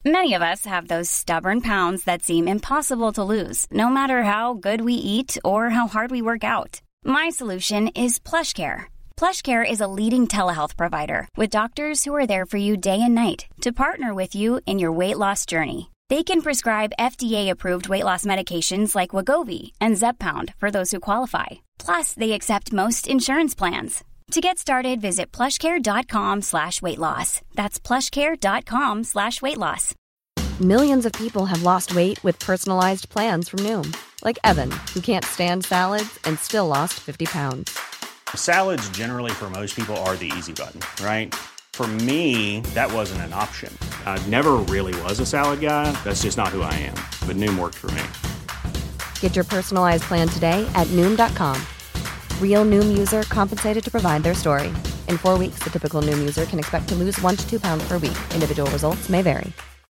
Many of us have those stubborn pounds that seem impossible to lose, no matter how good we eat or how hard we work out. My solution is PlushCare. PlushCare is a leading telehealth provider with doctors who are there for you day and night to partner with you in your weight loss journey. They can prescribe FDA-approved weight loss medications like Wegovy and Zepbound for those who qualify. Plus, they accept most insurance plans. To get started, visit plushcare.com/weightloss. That's plushcare.com/weightloss. Millions of people have lost weight with personalized plans from Noom. Like Evan, who can't stand salads and still lost 50 pounds. Salads generally for most people are the easy button, right? For me, that wasn't an option. I never really was a salad guy. That's just not who I am. But Noom worked for me. Get your personalized plan today at Noom.com. Real Noom user compensated to provide their story. In 4 weeks, the typical Noom user can expect to lose 1 to 2 pounds per week. Individual results may vary.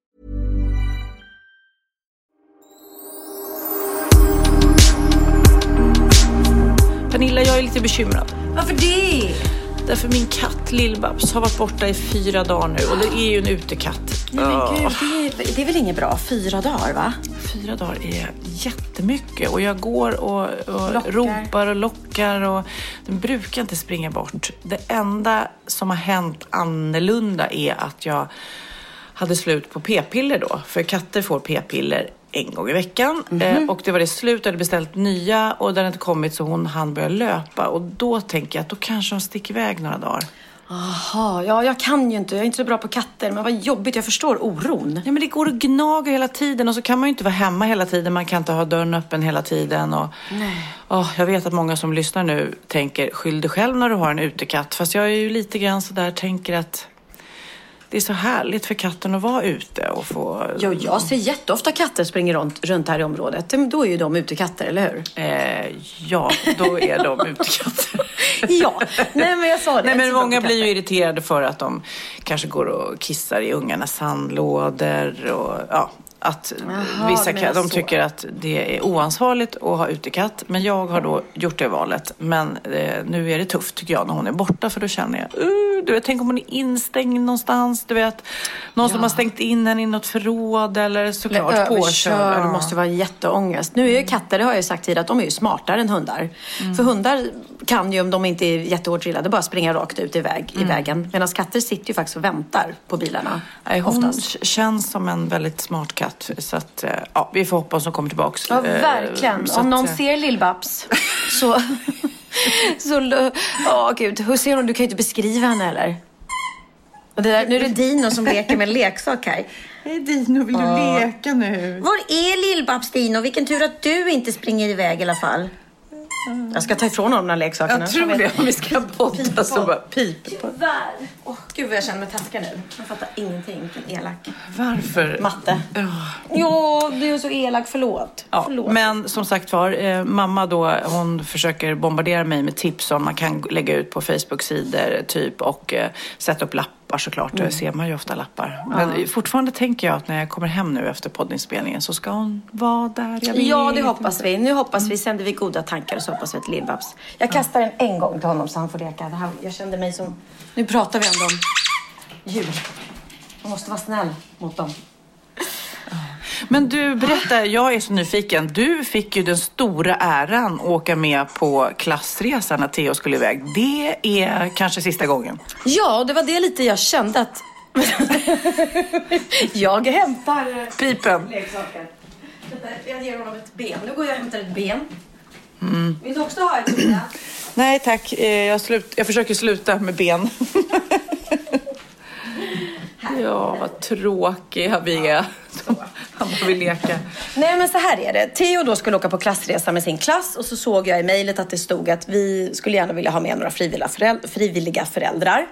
Pernilla, jag är lite bekymrad. Varför det? Därför min katt Lill-Babs har varit borta i 4 dagar nu. Och det är ju en utekatt. Nej men gud, det är väl inget bra? 4 dagar va? 4 dagar är jättemycket. Och jag går och ropar och lockar. Och den brukar inte springa bort. Det enda som har hänt annorlunda är att jag hade slut på p-piller då. För katter får p-piller 1 gång i veckan. Och det var det slut. Jag hade beställt nya. Och den hade inte kommit så han började löpa. Och då tänker jag att då kanske de sticker iväg några dagar. Aha, ja jag kan ju inte. Jag är inte så bra på katter. Men vad jobbigt, jag förstår oron. Ja men det går att gnaga hela tiden. Och så kan man ju inte vara hemma hela tiden. Man kan inte ha dörren öppen hela tiden. Och, jag vet att många som lyssnar nu tänker, skyll dig själv när du har en utekatt. Fast jag är ju lite grann så där, tänker att det är så härligt för katten att vara ute och få... Ja, jag ser jätteofta katter springer runt här i området. Då är ju de utekatter, eller hur? Ja, då är de utekatter. Ja, nej men jag sa det. Nej men många blir ju irriterade för att de kanske går och kissar i ungarnas sandlådor och att vissa katter, de tycker att det är oansvarigt att ha utekatt. Men jag har då gjort det valet. Men nu är det tufft tycker jag när hon är borta. För då känner jag, du vet, tänk om hon är instängd någonstans. Du vet, någon som har stängt in henne i något förråd. Eller såklart påkörd. Det måste vara jätteångest. Nu är ju katter, det har jag ju sagt tidigare, att de är ju smartare än hundar. För hundar kan ju, om de inte är jättehårt drillade, bara springa rakt ut i vägen. Medan katter sitter ju faktiskt och väntar på bilarna. Hon känns som en väldigt smart katt. Så att, vi får hoppas hon kommer tillbaks. Ja, verkligen. Om någon ser Lill-Babs så gud, hur ser hon? Du kan ju inte beskriva henne eller? Och det där, nu är det Dino som leker med en leksak här. Hej Dino, vill du leka nu? Var är Lill-Babs, Dino? Vilken tur att du inte springer iväg i alla fall. Jag ska ta ifrån honom de här leksakerna. Jag tror det, om vi ska podda så bara pip. Tyvärr. Gud vad jag känner mig taskig nu. Jag fattar ingenting, vilken elak. Varför? Matte. Ja, du är så elak, förlåt. Ja, förlåt. men som sagt var, mamma då, hon försöker bombardera mig med tips om man kan lägga ut på Facebook-sidor typ och sätta upp lappar såklart. Då ser man ju ofta lappar. Men fortfarande tänker jag att när jag kommer hem nu efter poddinspelningen så ska hon vara där. Ja, det hoppas vi. Nu hoppas vi, sänder vi goda tankar och så hoppas vi att Lill-Babs. Jag kastar den en gång till honom så han får leka. Jag kände mig som... Nu pratar vi om dem. Djur. Man måste vara snäll mot dem. Men du, berätta, jag är så nyfiken. Du fick ju den stora äran att åka med på klassresan när Theo skulle iväg. Det är kanske sista gången. Ja, det var det lite jag kände att... jag hämtar... Pipen. Leksaken. Jag ger honom ett ben. Nu går jag och hämtar ett ben. Vill du också ha ett ben? Nej tack, jag försöker sluta med ben. Ja, vad tråkiga vi är. Han vill leka. Nej men så här är det. Theo då skulle åka på klassresa med sin klass. Och så såg jag i mejlet att det stod att vi skulle gärna vilja ha med några frivilliga föräldrar.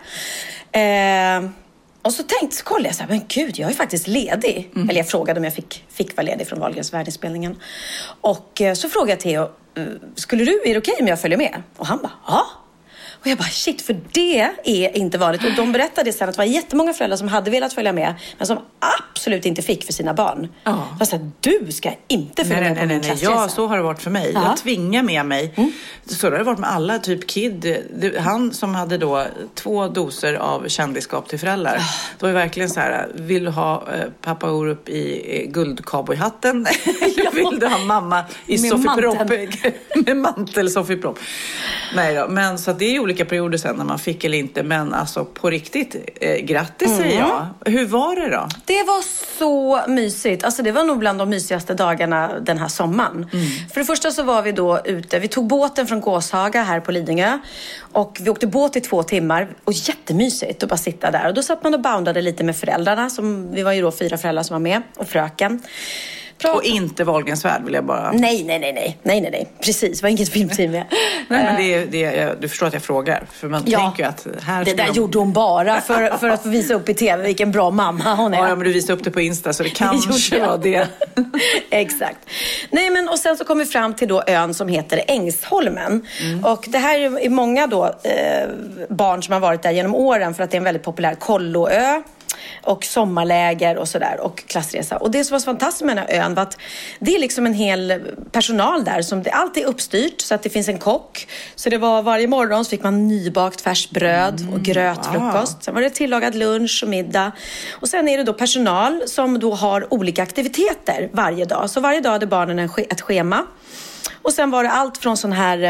Och så kollade jag så här, men gud, jag är faktiskt ledig. Eller jag frågade om jag fick vara ledig från Wahlgrens världinspelningen. Och så frågade jag Theo, är det okej om jag följer med? Och han bara, ja. Och jag bara, shit, för det är inte vanligt. Och de berättade sen att det var jättemånga föräldrar som hade velat följa med, men som absolut inte fick för sina barn. Jag sa, du ska inte följa med på min klassresa. Ja, så har det varit för mig. Jag tvingar med mig. Så har det varit med alla, typ Kid. Han som hade då 2 doser av kändisskap till föräldrar. Det var ju verkligen så här, vill du ha pappa Orup i guldcowboyhatten? Vill du ha mamma i Sofie med mantel Sofie Propp? Nej då, men så det är ju olika perioder sen när man fick eller inte, men alltså på riktigt, grattis säger jag. Hur var det då? Det var så mysigt. Alltså det var nog bland de mysigaste dagarna den här sommaren. För det första så var vi då ute, vi tog båten från Gåshaga här på Lidingö och vi åkte båt i 2 timmar och jättemysigt att bara sitta där. Och då satt man och boundade lite med föräldrarna, som vi var ju då 4 föräldrar som var med, och fröken. Och inte Wahlgrens värld vill jag bara... Nej. Precis, det var inget filmteam med. Nej, men du förstår att jag frågar. För man tänker ju att... Här det där gjorde hon bara för att få visa upp i tv vilken bra mamma hon är. Ja, men du visade upp det på Insta, så det kanske var det. Exakt. Nej, men och sen så kom vi fram till då ön som heter Ängsholmen. Och det här är många då barn som har varit där genom åren, för att det är en väldigt populär kolloö. Och sommarläger och sådär, och klassresa. Och det som var så fantastiskt med den här ön var att det är liksom en hel personal där som det alltid är uppstyrt, så att det finns en kock. Så det var varje morgon så fick man nybakt färskt bröd och grötfrukost. Sen var det tillagad lunch och middag. Och sen är det då personal som då har olika aktiviteter varje dag. Så varje dag hade barnen ett schema. Och sen var det allt från sån här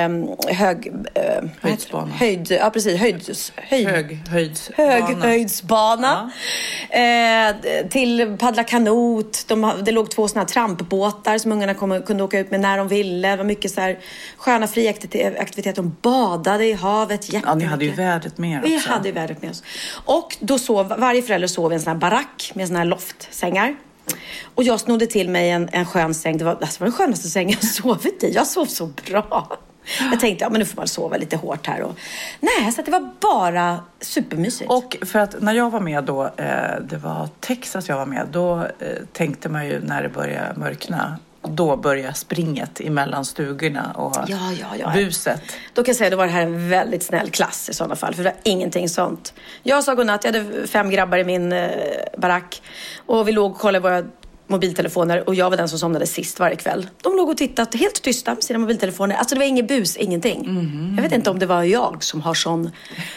höghöjdsbana till paddla kanot. Det låg 2 såna här trampbåtar som ungarna kunde åka ut med när de ville. Det var mycket så här sköna fria aktiviteter. De badade i havet. Ja, ni hade ju vädret med också. Vi hade ju vädret med oss. Och då varje förälder sov i en sån här barack med såna här loftsängar. Och jag snodde till mig en skön säng. Det var den skönaste sängen jag sovit i. Jag sov så bra. Jag tänkte, men nu får man sova lite hårt här. Nej, så att det var bara supermysigt. Och för att när jag var med då, det var Texas jag var med, då tänkte man ju när det började mörkna, då börjar springet emellan stugorna och buset. Då kan jag säga att det var det här en väldigt snäll klass i sådana fall. För det var ingenting sånt. Jag sa godnatt, jag hade 5 grabbar i min barack. Och vi låg och kollade våra mobiltelefoner. Och jag var den som somnade sist varje kväll. De låg och tittade helt tysta med sina mobiltelefoner. Alltså det var ingen bus, ingenting. Jag vet inte om det var jag som har sån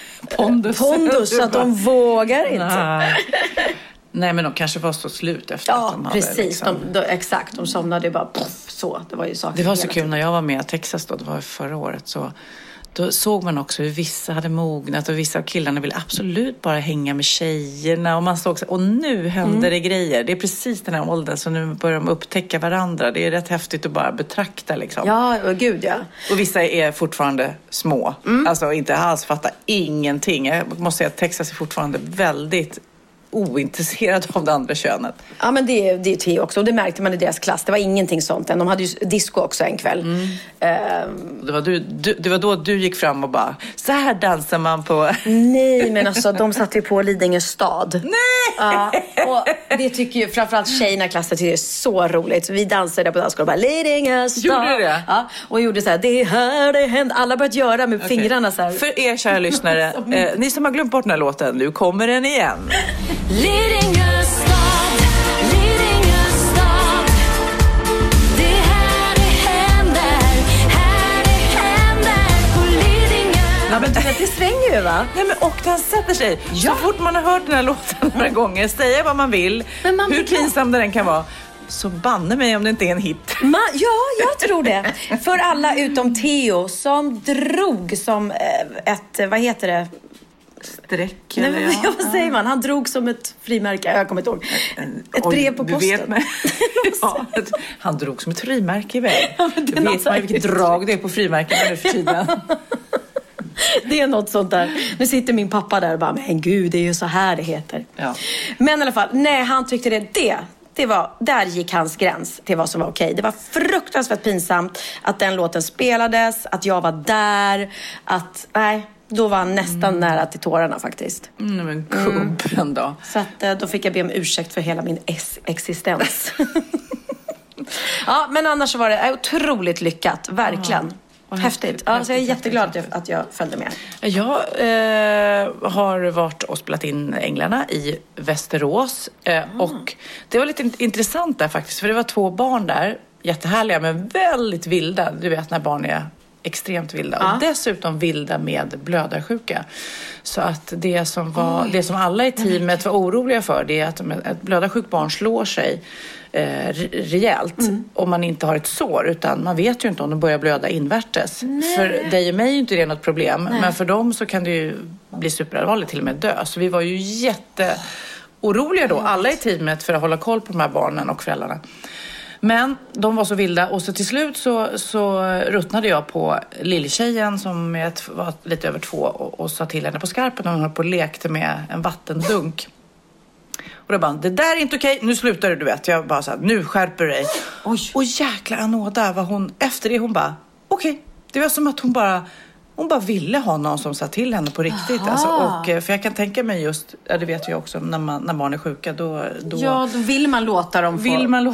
pondus att de vågar inte. Nej, men de kanske var så slut efter att de hade... Precis. Liksom... Exakt, de somnade bara så. Det var ju saker. Det var så kul när jag var med i Texas då, det var förra året, så då såg man också hur vissa hade mognat och vissa av killarna ville absolut bara hänga med tjejerna, och man såg så, och nu händer det grejer. Det är precis den här åldern, så nu börjar de upptäcka varandra. Det är rätt häftigt att bara betrakta liksom. Ja, gud ja. Och vissa är fortfarande små. Alltså inte alls fattar ingenting. Jag måste säga att Texas är fortfarande väldigt ointresserad av det andra könet. Ja, men det är Theo också. Och det märkte man i deras klass. Det var ingenting sånt än. De hade ju disco också en kväll. Det var då du gick fram och bara, så här dansar man på... Nej, men alltså de satt ju på Lidingö stad. Nej! Ja, och det tycker ju framförallt tjejerna i klassen tycker det är så roligt. Så vi dansade där på dansgolvet och bara, Lidingö stad. Gjorde det? Ja, och gjorde så här, det här det händer. Alla började göra med fingrarna så här. För er kära lyssnare, ni som har glömt bort den här låten, nu kommer den igen. Lidingö stad, Lidingö stad. Det är här det händer på Lidingö. Ja, men det svänger ju, va? Nej, men och den sätter sig. Så fort man har hört den här låten några gånger, säga vad man vill, hur pinsam den kan vara, så banne mig om det inte är en hit. Ja, jag tror det. För alla utom Theo som drog som ett, vad heter det? Streck. Nej, vad säger man? Han drog som ett frimärke. Jag kommer inte ihåg. Ett brev på posten. Vet med. Han drog som ett frimärke iväg. Ja, du vet man vilket drag det är på frimärken nu för tiden. Det är något sånt där. Nu sitter min pappa där och bara, men gud, det är ju så här det heter. Ja. Men i alla fall, nej, han tyckte det var, där gick hans gräns till vad som var okej. Det var fruktansvärt pinsamt att den låten spelades, att jag var där, att, nej, då var han nästan nära till tårarna faktiskt. Men kubben då. Så att då fick jag be om ursäkt för hela min existens. Ja, men annars var det otroligt lyckat, verkligen. Häftigt. Ja, så jag är jätteglad att jag följde med. Jag har varit och spelat in Änglarna i Västerås. Och det var lite intressant där faktiskt. För det var 2 barn där. Jättehärliga men väldigt vilda. Du vet när barn är extremt vilda. Och dessutom vilda med blödarsjuka. Så att det som alla i teamet var oroliga för, det är att ett blödarsjukt barn slår sig rejält om man inte har ett sår, utan man vet ju inte om de börjar blöda invärtes. Nej. För dig och mig är ju inte det något problem. Nej. Men för dem så kan det ju bli superallvarligt, till och med dö. Så vi var ju jätteoroliga då, alla i teamet, för att hålla koll på de här barnen och föräldrarna. Men de var så vilda och så till slut så ruttnade jag på lilltjejen som var lite över 2 och sa till henne på skarpen när hon höll på och lekte med en vattendunk. Och då bara, det där är inte okej, nu slutar du vet. Jag bara så här, nu skärper du dig. Oj. Och jäkla Anåda var hon, efter det hon bara, okej. Det var som att hon bara ville ha någon som sa till henne på riktigt. Alltså, och, för jag kan tänka mig just, ja, det vet jag också, när barn är sjuka, då vill man låta dem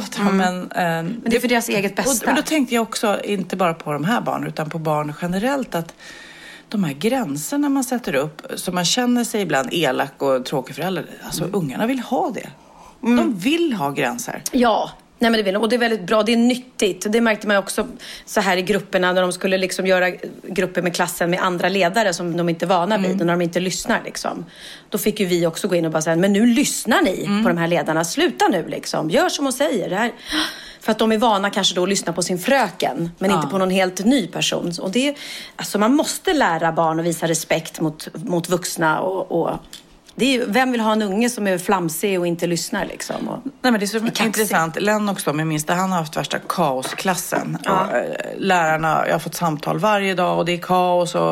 men det är för deras eget bästa. Och då tänkte jag också, inte bara på de här barnen, utan på barn generellt, att de här gränserna man sätter upp, så man känner sig ibland elak och tråkig förälder. Alltså ungarna vill ha det. De vill ha gränser. Ja. Nej, men det vill de. Och det är väldigt bra, det är nyttigt. Det märkte man också så här i grupperna när de skulle liksom göra grupper med klassen med andra ledare som de inte är vana vid och när de inte lyssnar liksom. Då fick ju vi också gå in och bara säga, men nu lyssnar ni på de här ledarna, sluta nu liksom, gör som hon säger. Det här. För att de är vana kanske då att lyssna på sin fröken, men inte på någon helt ny person. Och det, alltså man måste lära barn att visa respekt mot vuxna och det är, vem vill ha en unge som är flamsig och inte lyssnar liksom? Och nej, men det är så intressant. Lennox då, min minsta, han har haft värsta kaosklassen. Och, lärarna, jag har fått samtal varje dag och det är kaos. Och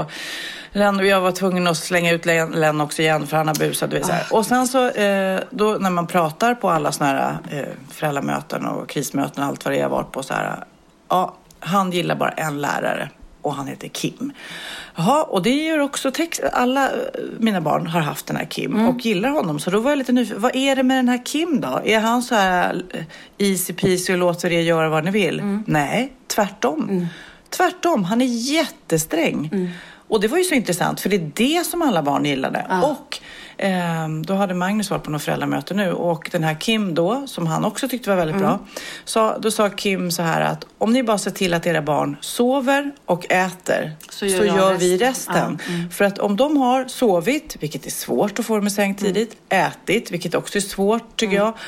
jag var tvungen att slänga ut Lennox igen för han har busat. Och sen så, då när man pratar på alla såna här föräldramöten och krismöten och allt vad det har varit på så här. Ja, han gillar bara en lärare. Och han heter Kim. Jaha, och det gör också alla mina barn har haft den här Kim och gillar honom. Så då var jag lite nyfiken. Vad är det med den här Kim då? Är han så här easy peasy och låter er göra vad ni vill? Nej, tvärtom. Tvärtom, han är jättesträng. Och det var ju så intressant, för det är det som alla barn gillade. Och då hade Magnus varit på något föräldramöte nu. Och den här Kim då, som han också tyckte var väldigt bra. Då sa Kim så här att om ni bara ser till att era barn sover och äter, så gör vi resten. För att om de har sovit, vilket är svårt att få dem i säng tidigt, ätit, vilket också är svårt tycker jag.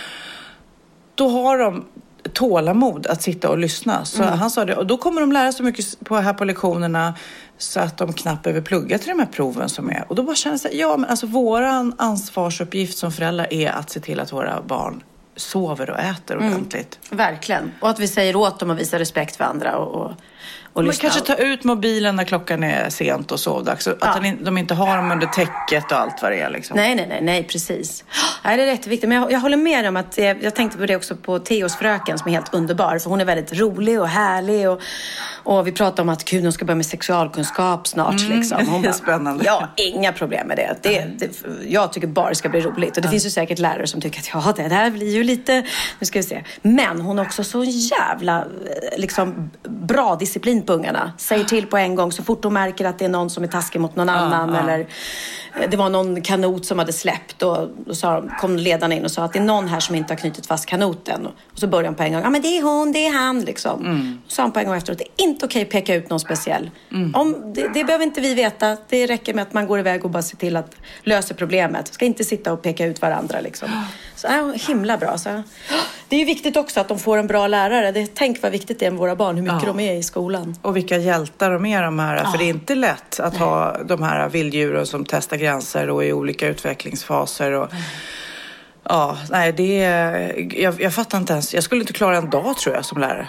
Då har de tålamod att sitta och lyssna. Så han sa det. Och då kommer de lära så mycket på lektionerna så att de knappt behöver plugga till de här proven som är. Och då bara känner jag, ja men alltså våran ansvarsuppgift som föräldrar är att se till att våra barn sover och äter ordentligt. Verkligen. Och att vi säger åt dem att visa respekt för andra och man kanske tar ut mobilen när klockan är sent och sovdags. Så att de inte har dem under täcket och allt vad det är liksom. Nej, precis. Det är rätt viktigt. Men jag håller med om att jag tänkte på det också på Theos fröken som är helt underbar. För hon är väldigt rolig och härlig och vi pratar om att hon ska börja med sexualkunskap snart liksom. Hon det är spännande. Ja, inga problem med det. Jag tycker bara det ska bli roligt. Och det finns ju säkert lärare som tycker att det här blir ju lite, nu ska vi se. Men hon har också så jävla liksom bra disciplin på ungarna. Säger till på en gång så fort hon märker att det är någon som är taskig mot någon annan eller det var någon kanot som hade släppt och då kom ledarna in och sa att det är någon här som inte har knutit fast kanoten och så började han på en gång, ja men det är hon, det är han liksom. Så sa han på en gång efteråt, det är inte okej att peka ut någon speciell. Det behöver inte vi veta, det räcker med att man går iväg och bara ser till att lösa problemet. Ska inte sitta och peka ut varandra liksom. Så himla bra. Så. Det är ju viktigt också att de får en bra lärare. Tänk vad viktigt det är med våra barn, hur mycket de är i skolan. Och vilka hjältar de är de här. För det är inte lätt att ha de här vilddjuren som testar gränser och i olika utvecklingsfaser. Och, jag fattar inte ens. Jag skulle inte klara en dag tror jag som lärare.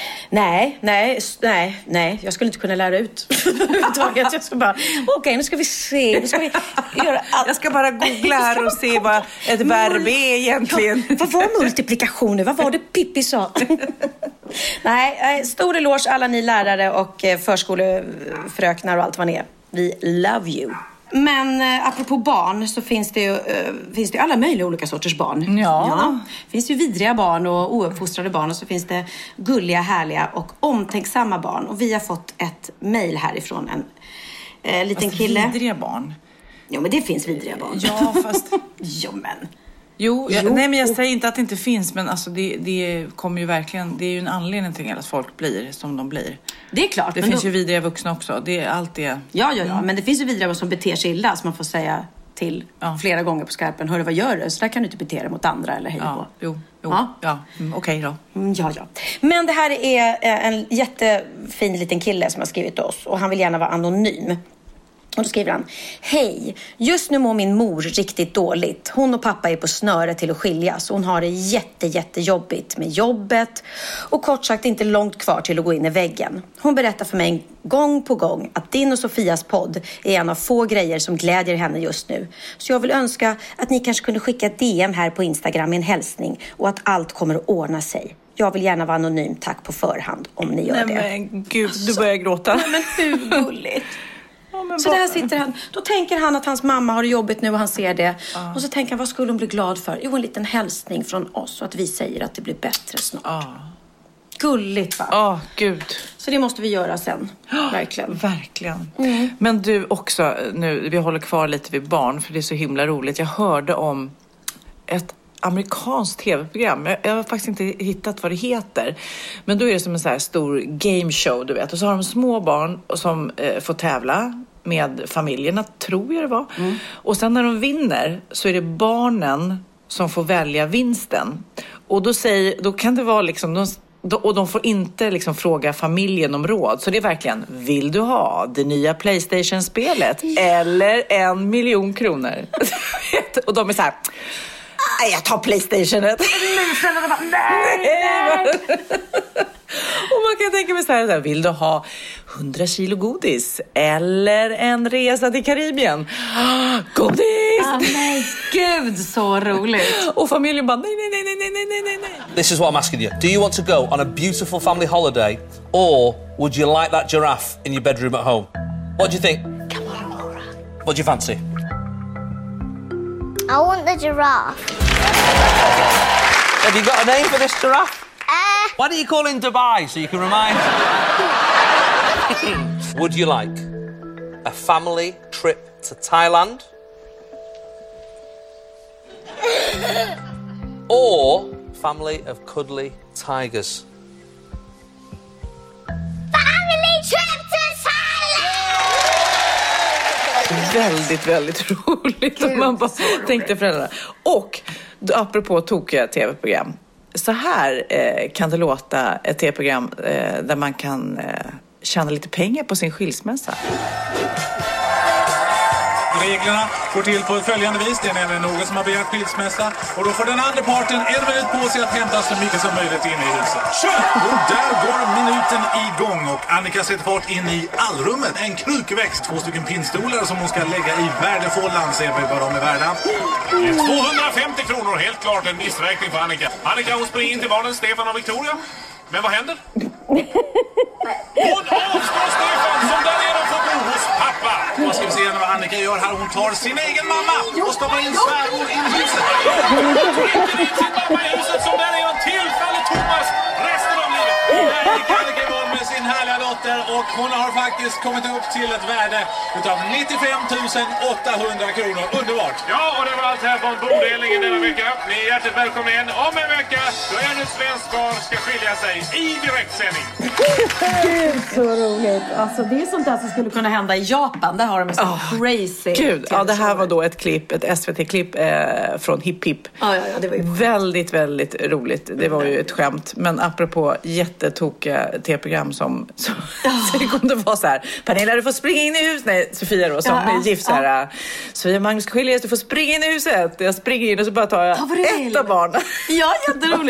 Nej. Jag skulle inte kunna lära ut. Jag ska bara, okej, nu ska vi se. Nu ska vi göra allt. Jag ska bara googla här och se vad ett verb är egentligen. Vad var multiplikation nu? Vad var det Pippi sa? Nej, stor eloge alla ni lärare och förskolefröknar och allt vad ni är. Vi love you. Men apropå barn så finns det ju alla möjliga olika sorters barn. Ja. Det finns ju vidriga barn och ouppfostrade barn. Och så finns det gulliga, härliga och omtänksamma barn. Och vi har fått ett mejl härifrån en liten kille. Vidriga barn? Ja, men det finns vidriga barn. Ja, fast... Jo, men... Nej, men jag säger inte att det inte finns, men alltså det kommer ju verkligen, det är ju en anledning till att folk blir som de blir. Det är klart. Det finns ju vidriga vuxna också, det är allt det. Ja, men det finns ju vidriga som beter sig illa, som man får säga till flera gånger på skarpen. Hörru, vad gör du? Så där kan du inte bete dig mot andra eller hej på. Okej då. Ja. Men det här är en jättefin liten kille som har skrivit till oss och han vill gärna vara anonym. Och då skriver han: Hej, just nu mår min mor riktigt dåligt. Hon och pappa är på snöre till att skiljas. Hon har det jättejobbigt med jobbet. Och kort sagt inte långt kvar till att gå in i väggen. Hon berättar för mig gång på gång att din och Sofias podd är en av få grejer som glädjer henne just nu. Så jag vill önska att ni kanske kunde skicka ett DM här på Instagram med en hälsning. Och att allt kommer att ordna sig. Jag vill gärna vara anonym, tack på förhand om ni gör det. Nej men gud, du börjar gråta. Nej men hur gulligt. Så där sitter han. Då tänker han att hans mamma har det jobbigt nu och han ser det. Och så tänker han, vad skulle hon bli glad för? Jo, en liten hälsning från oss och att vi säger att det blir bättre snart. Gulligt, va? Gud. Så det måste vi göra sen. Verkligen. Verkligen. Men du också, nu, vi håller kvar lite vid barn för det är så himla roligt. Jag hörde om ett amerikanskt tv-program. Jag har faktiskt inte hittat vad det heter. Men då är det som en så här stor game show, du vet. Och så har de små barn som får tävla med familjerna, tror jag det var. Och sen när de vinner så är det barnen som får välja vinsten. Och då kan det vara liksom... Och de får inte liksom fråga familjen om råd. Så det är verkligen, vill du ha det nya PlayStation-spelet? Eller 1 miljon kronor? Och de är så här... Jag tar PlayStationet. Nej. Och man kan tänka mig så här, vill du ha 100 kilo godis eller en resa till Karibien? Godis! Nej, gud så roligt. Och familjen bara, nej. This is what I'm asking you. Do you want to go on a beautiful family holiday or would you like that giraffe in your bedroom at home? What do you think? Come on, Aurora. What do you fancy? I want the giraffe. Have you got a name for this giraffe? Why don't you call in Dubai so you can remind... Would you like a family trip to Thailand? Or family of cuddly tigers? Family trip to Thailand! Väldigt, väldigt roligt. Om man bara tänkte föräldrarna. Och apropå tokiga tv-program. Så här kan det låta ett tv-program där man kan tjäna lite pengar på sin skilsmässa. Reglerna går till på följande vis. Det är nämligen någon som har begärt skilsmässa. Och då får den andra parten 1 minut på sig att hämta så mycket som möjligt in i huset. Och där går minuten igång och Annika sätter fart in i allrummet. En krukväxt, 2 stycken pinnstolar som hon ska lägga i värdefållan. Ser vi vad de är värda. 250 kronor, helt klart en missräkning för Annika. Annika, hon springer in till barnen Stefan och Victoria. Men vad händer? Hon avstår Stefan som där är de får bo hos pappa. Vad ska vi se vad Annika gör här? Hon tar sin egen mamma och stoppar in svärmor in i huset. Hon trycker in sin mamma i huset som där är en tillfällig Thomas resten av livet. Där gick Annika igång med sin härliga dotter och hon har faktiskt kommit upp till ett värde utav 95 800 kronor. Underbart! Ja, och det var allt här från bodelningen denna vecka. Ni är hjärtligt välkomna igen. Om en vecka då ännu ett svenskt par ska skilja sig i direktsändning. Gud så roligt. Alltså det är sånt där som skulle kunna hända i Japan. Där har de en sån crazy. Gud, det här var då ett klipp, ett SVT-klipp från Hipp Hipp. Ja, det var ju väldigt, väldigt roligt. Det var ju ett skämt. Men apropå jättetokiga tv-program som kunde vara så här. Pernilla, du får springa in i huset. Nej, Sofia då, som är gift så här. Sofia, Magnus skiljas, du får springa in i huset. Jag springer in och så bara tar jag ett av barnen. Ja, jätteroligt.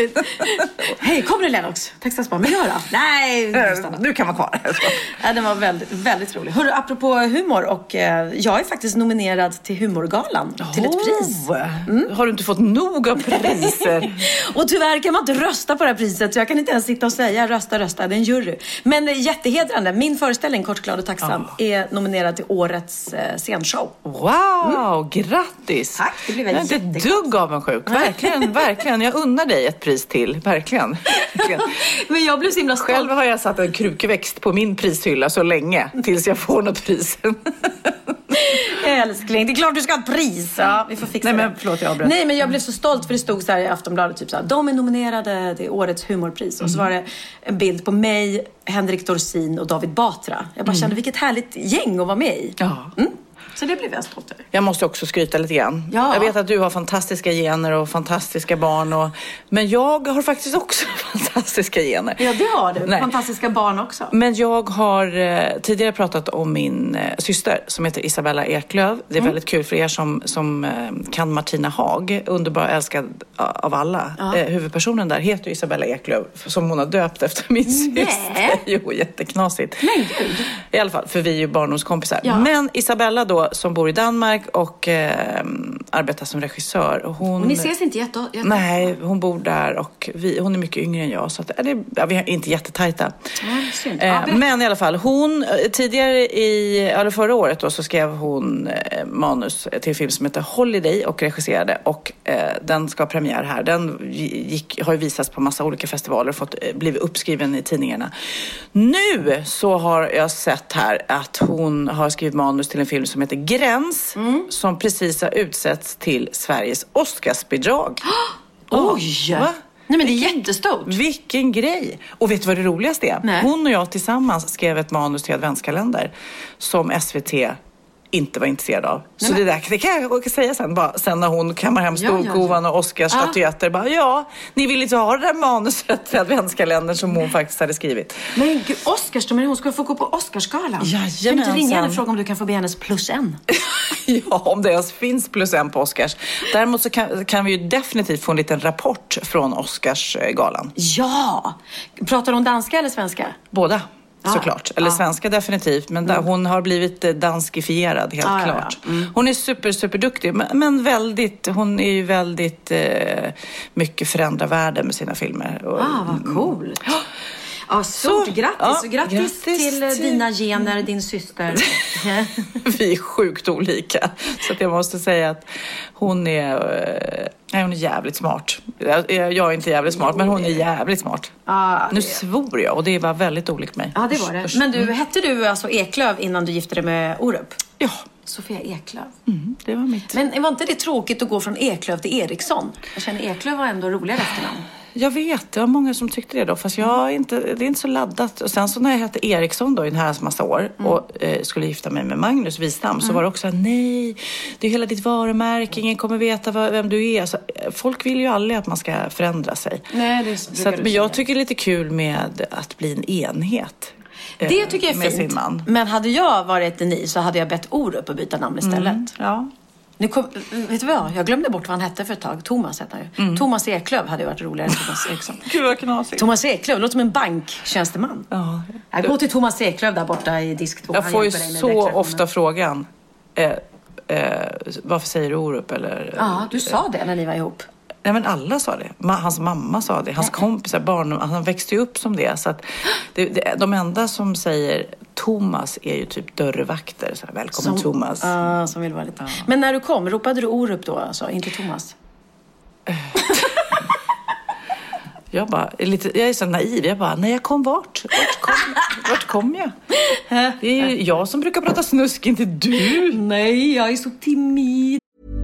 Hej, kommer du Lennox? Textas bara, men gör då? Nej, nu kan man kvar. Ja, den var väldigt, väldigt rolig. Hörru, apropå humor, och jag är faktiskt nominerad till Humorgalan, till ett pris. Har du inte fått nog av priser? Och tyvärr kan man inte rösta på det här priset, så jag kan inte ens sitta och säga rösta, det är en jury. Men jättehedrande, min föreställning Kort, glad och tacksam är nominerad till årets scenshow. Wow, grattis! Tack, det blev väldigt jättegott. Inte dugg avundsjuk, verkligen. Jag unnar dig ett pris till, verkligen. Men jag blev så himla stolt. Själv har jag satt en krukväxt på min prishylla så länge, tills jag får något pris. Älskling, det är klart du ska ha ett pris. Ja, vi får fixa det. Men förlåt, jag avbröt. Nej, men jag blev så stolt, för det stod så här i Aftonbladet typ så här, de är nominerade till årets humorpris. Och så var det en bild på mig, Henrik Dorsin och David Batra. Jag bara kände, vilket härligt gäng att vara med i. Ja. Så det blev jag stolt över. Jag måste också skryta lite grann. Ja. Jag vet att du har fantastiska gener och fantastiska barn. Men jag har faktiskt också fantastiska gener. Ja, det har du. Nej. Fantastiska barn också. Men jag har tidigare pratat om min syster som heter Isabella Eklöf. Det är väldigt kul för er som kan Martina Haag. Underbar, älskad av alla. Huvudpersonen där heter Isabella Eklöf, som hon har döpt efter min syster. Jo, jätteknasigt. Men gud. I alla fall, för vi är ju barndomskompisar. Ja. Men Isabella då, som bor i Danmark och arbetar som regissör. Och ni ses inte jätte... Nej, hon bor där och hon är mycket yngre än jag. Så att, vi är inte jättetajta. Men i alla fall, hon tidigare förra året då, så skrev hon manus till en film som heter Holiday och regisserade. Och den ska ha premiär här. Den har ju visats på massa olika festivaler och blivit uppskriven i tidningarna. Nu så har jag sett här att hon har skrivit manus till en film som heter Gräns, som precis har utsetts till Sveriges Oscarsbidrag. Oj! Va? Nej, men det är jättestort. Vilken grej! Och vet du vad det roligaste är? Nej. Hon och jag tillsammans skrev ett manus till adventskalender som SVT inte var intresserad av. Så det kan jag säga sen när hon kammar hem storkovan och Oscarsstatyetter. Ni vill inte ha det där manuset för adventskalendern som hon faktiskt hade skrivit. Men gud, hon ska få gå på Oscarsgalan. Jajamensan. Kan du inte ringa henne och fråga om du kan få be hennes +1? Ja, om det ens finns +1 på Oscars. Däremot så kan vi ju definitivt få en liten rapport från Oscarsgalan. Ja! Pratar hon danska eller svenska? Båda. Såklart. Eller svenska definitivt. Men hon har blivit danskifierad helt klart. Ja. Hon är super duktig. Men hon är ju väldigt mycket förändrar världen med sina filmer. Vad coolt. Ja, stort grattis. Och grattis till dina gener, din syster. Vi är sjukt olika. Så att jag måste säga att hon är jävligt smart. Jag är inte jävligt smart, men hon är jävligt smart. Nu svor jag och det var väldigt olikt mig. Ja, det var det. Men hette du alltså Eklöf innan du gifte dig med Orup? Ja. Sofia Eklöf. Det var mitt. Men var inte det tråkigt att gå från Eklöf till Eriksson? Jag känner Eklöf var ändå roligare efternamn. Jag vet, det var många som tyckte det då. Fast det är inte så laddat. Och sen så när jag hette Eriksson då i en här massa år och skulle gifta mig med Magnus Wistam så var det också nej, det är hela ditt varumärke, ingen kommer veta vem du är. Alltså, folk vill ju aldrig att man ska förändra sig. Nej, men jag tycker det är lite kul med att bli en enhet. Det tycker jag är med fint. Sin man. Men hade jag varit ni så hade jag bett Orup att byta namn istället. Ja. Vet du vad? Jag glömde bort vad han hette för ett tag. Thomas hette han ju. Thomas Eklöf hade varit roligare än Thomas Eriksson. Gud vad knasigt. Thomas Eklöf, låter som en banktjänsteman. Ja. Jag går till Thomas Eklöf där borta i disk 2. Jag får ju så ofta frågan varför säger du Orup? Ja, du sa det när ni var ihop. Nej, men alla sa det. Hans mamma sa det. Hans kompisar, barn, han växte ju upp som det. Så att de enda som säger Thomas är ju typ dörrvakter. Så välkommen Thomas. Som vill vara lite. Ja. Men när du kom, ropade du Orup då? Alltså, inte Thomas? Jag är så naiv. Jag bara, nej jag kom vart kom jag? Det är ju jag som brukar prata snusk, inte du. Nej, jag är så timid.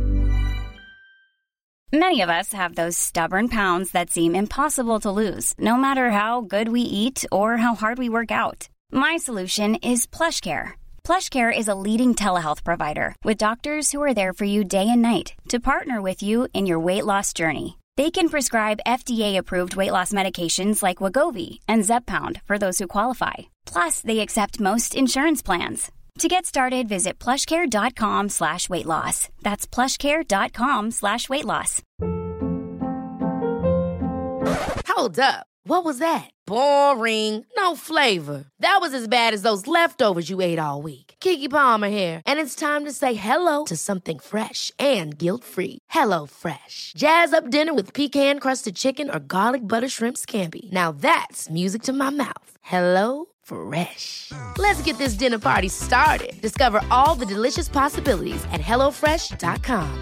Many of us have those stubborn pounds that seem impossible to lose, no matter how good we eat or how hard we work out. My solution is PlushCare. PlushCare is a leading telehealth provider with doctors who are there for you day and night to partner with you in your weight loss journey. They can prescribe FDA-approved weight loss medications like Wegovy and Zepbound for those who qualify. Plus, they accept most insurance plans. To get started, visit plushcare.com/weightloss. That's plushcare.com/weightloss. Hold up. What was that? Boring. No flavor. That was as bad as those leftovers you ate all week. Keke Palmer here, and it's time to say hello to something fresh and guilt-free. Hello Fresh. Jazz up dinner with pecan-crusted chicken or garlic butter shrimp scampi. Now that's music to my mouth. Hello Fresh. Let's get this dinner party started. Discover all the delicious possibilities at hellofresh.com.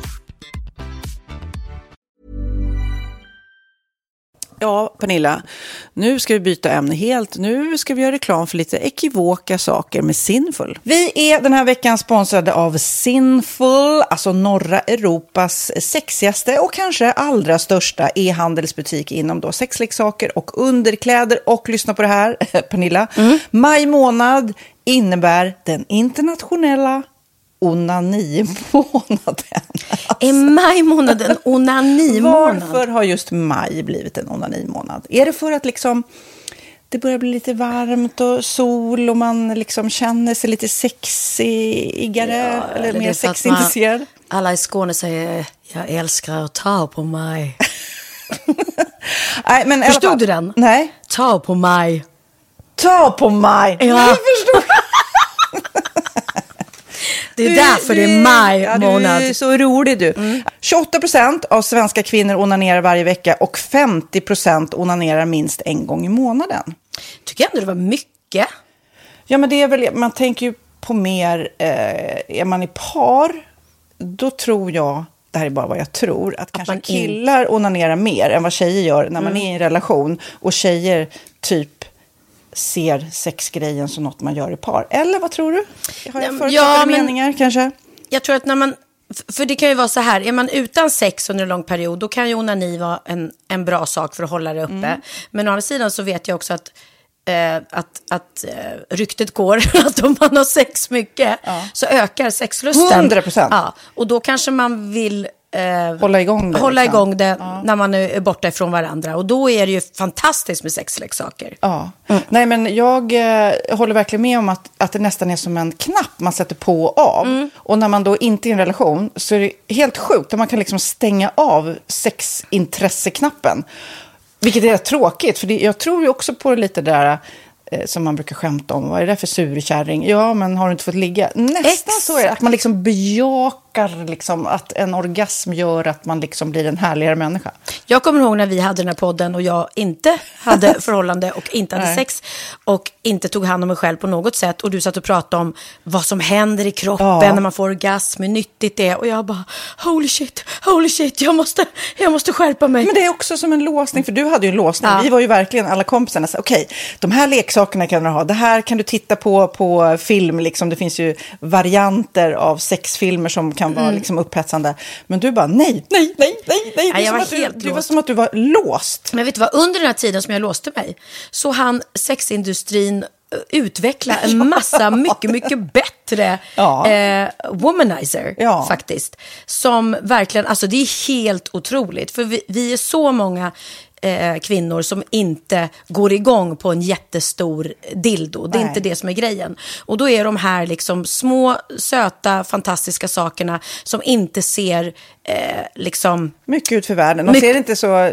Ja, Pernilla, nu ska vi byta ämne helt. Nu ska vi göra reklam för lite ekivoka saker med Sinful. Vi är den här veckan sponsrade av Sinful, alltså norra Europas sexigaste och kanske allra största e-handelsbutik inom då sexleksaker och underkläder. Och lyssna på det här, Pernilla. Maj månad innebär den internationella onanimånaden. Är maj månaden onanimånad? Varför har just maj blivit en onanimånad? Är det för att liksom det börjar bli lite varmt och sol och man liksom känner sig lite sexigare eller mer sexintresserad? Alla i Skåne säger jag älskar att ta på mig. Nej, men förstod du den? Nej. Ta på mig. Ta på mig. Ja. Jag förstod. Det är därför det är maj månad. Du är så rolig du. 28% av svenska kvinnor onanerar varje vecka och 50% onanerar minst en gång i månaden. Tycker jag ändå det var mycket. Ja, men det är väl, man tänker ju på mer, är man i par, då tror jag, det här är bara vad jag tror, att kanske killar onanerar mer än vad tjejer gör när man är i en relation. Och tjejer typ ser sexgrejen som något man gör i par. Eller vad tror du? Har jag förutsatta meningar kanske? Jag tror att när man, för det kan ju vara så här, är man utan sex under en lång period, då kan ju onani vara en bra sak för att hålla det uppe. Men å andra sidan så vet jag också att ryktet går att om man har sex mycket så ökar sexlusten. 100%. Ja, och då kanske man vill hålla igång det, när man är borta ifrån varandra. Och då är det ju fantastiskt med sexleksaker. Ja. Nej, men jag håller verkligen med om att det nästan är som en knapp man sätter på och av. Och när man då inte är i en relation så är det helt sjukt. Man kan liksom stänga av sexintresseknappen. Vilket är tråkigt, för jag tror ju också på lite där som man brukar skämta om. Vad är det för surkärring? Ja, men har du inte fått ligga? Nästan så är det, att man liksom bejakar liksom att en orgasm gör att man liksom blir en härligare människa. Jag kommer ihåg när vi hade den här podden och jag inte hade förhållande och inte hade sex och inte tog hand om mig själv på något sätt. Och du satt och pratade om vad som händer i kroppen när man får orgasm, hur nyttigt det är. Och jag bara, holy shit, jag måste skärpa mig. Men det är också som en låsning, för du hade ju en låsning. Vi var ju verkligen alla kompisarna. Okej, de här leksakerna kan du ha. Det här kan du titta på film. Liksom. Det finns ju varianter av sexfilmer som kan vara liksom upphetsande. Men du bara, nej. Det var som att du var låst. Men vet du vad, under den här tiden som jag låste mig så hann sexindustrin utveckla en massa mycket, mycket bättre womanizer faktiskt. Som verkligen, alltså det är helt otroligt. För vi är så många kvinnor som inte går igång på en jättestor dildo. Det är inte det som är grejen. Och då är de här liksom små, söta, fantastiska sakerna som inte ser liksom mycket ut för världen. De ser inte så,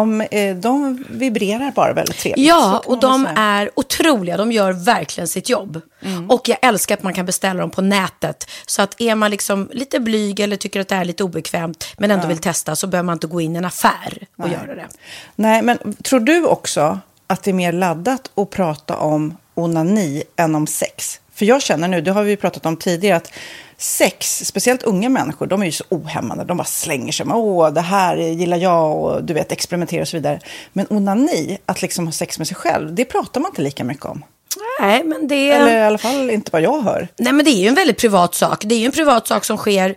de vibrerar bara väldigt trevligt. Ja, och de är otroliga. De gör verkligen sitt jobb. Och jag älskar att man kan beställa dem på nätet. Så att är man liksom lite blyg eller tycker att det är lite obekvämt men ändå vill testa, så behöver man inte gå in i en affär och göra det. Nej, men tror du också att det är mer laddat att prata om onani än om sex? För jag känner nu, det har vi pratat om tidigare, att sex, speciellt unga människor, de är ju så ohämmande. De bara slänger sig med, det här gillar jag, och du vet, experimentera och så vidare. Men onani, att liksom ha sex med sig själv, det pratar man inte lika mycket om. Nej, men det... Eller i alla fall inte vad jag hör. Nej, men det är ju en väldigt privat sak. Det är ju en privat sak som sker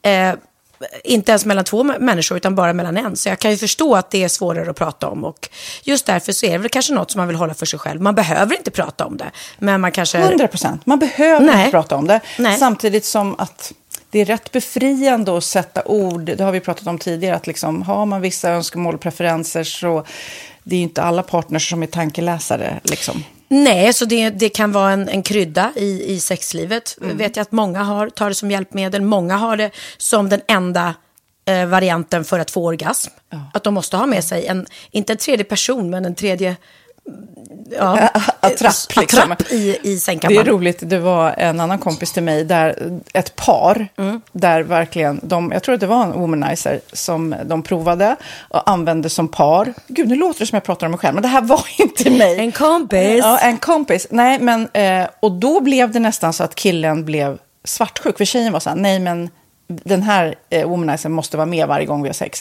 inte ens mellan två människor utan bara mellan en. Så jag kan ju förstå att det är svårare att prata om. Och just därför så är det väl kanske något som man vill hålla för sig själv. Man behöver inte prata om det. Men man kanske... 100%. Man behöver inte prata om det. Nej. Samtidigt som att det är rätt befriande att sätta ord. Det har vi pratat om tidigare. Att liksom, har man vissa önskemål och preferenser, så det är ju inte alla partners som är tankeläsare liksom. Nej, så det kan vara en krydda i sexlivet. Vet jag att många tar det som hjälpmedel. Många har det som den enda varianten för att få orgasm. Att de måste ha med sig inte en tredje person, men en tredje attrapp i sängkammaren. Det är roligt, det var en annan kompis till mig där ett par där verkligen jag tror att det var en womanizer som de provade och använde som par. Gud, nu låter det som jag pratar om mig själv, men det här var inte mig. En kompis. Ja, en kompis. Nej, men och då blev det nästan så att killen blev svartsjuk, för tjejen var så här, nej men den här womanizern måste vara med varje gång vi har sex.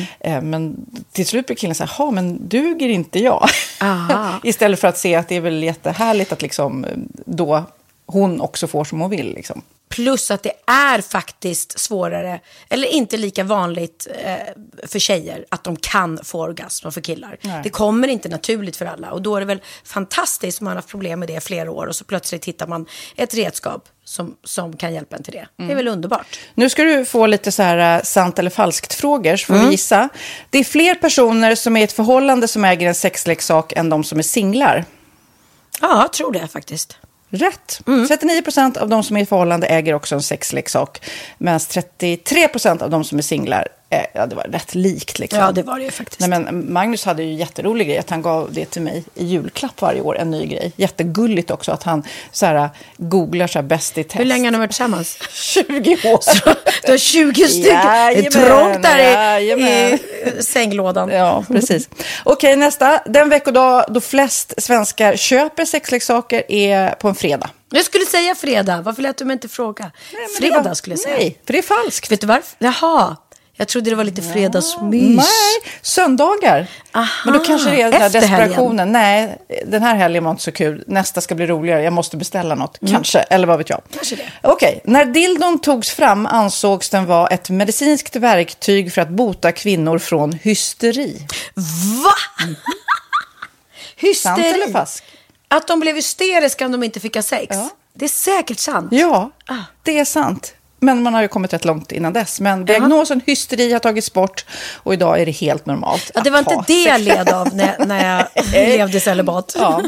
Men till slut blir killen så här, men duger inte jag? Istället för att se att det är väl jättehärligt att liksom då hon också får som hon vill liksom. Plus att det är faktiskt svårare, eller inte lika vanligt för tjejer att de kan få orgasm för killar. Nej. Det kommer inte naturligt för alla. Och då är det väl fantastiskt om man har haft problem med det flera år och så plötsligt hittar man ett redskap som kan hjälpa en till det. Det är väl underbart. Nu ska du få lite så här sant eller falskt frågor, så får vi gissa. Det är fler personer som är i ett förhållande som äger en sexleksak än de som är singlar. Ja, jag tror det faktiskt. Rätt. 39% av de som är i förhållande äger också en sexleksak. Medan 33% av de som är singlar, det var rätt likt liksom. Ja, det var det ju faktiskt. Nej, men Magnus hade ju jätterolig grej att han gav det till mig i julklapp varje år, en ny grej. Jättegulligt också att han så här, googlar så här bäst i test. Hur länge har ni varit tillsammans? 20 år. Så, du har 20 stycken. Det är trångt där i sänglådan. Ja, precis. Okej, nästa. Den veckodag då flest svenskar köper sexleksaker är på en fredag. Jag skulle säga fredag. Varför lät du mig inte fråga? Fredag skulle jag säga. Nej, för det är falskt. Vet du varför? Jaha. Jag trodde det var lite fredagsmys. Nej, söndagar. Aha, men då kanske det är den där desperationen. Helgen. Nej, den här helgen var inte så kul. Nästa ska bli roligare. Jag måste beställa något. Kanske, eller vad vet jag. Kanske det. Okej, när dildon togs fram ansågs den vara ett medicinskt verktyg för att bota kvinnor från hysteri. Va? Hysteri? Sant eller falskt? Att de blev hysteriska om de inte fick ha sex. Ja. Det är säkert sant. Ja, det är sant. Men man har ju kommit rätt långt innan dess. Men diagnosen hysteri har tagits bort och idag är det helt normalt. Ja, det var inte det jag led av när jag levde celibat. Ja.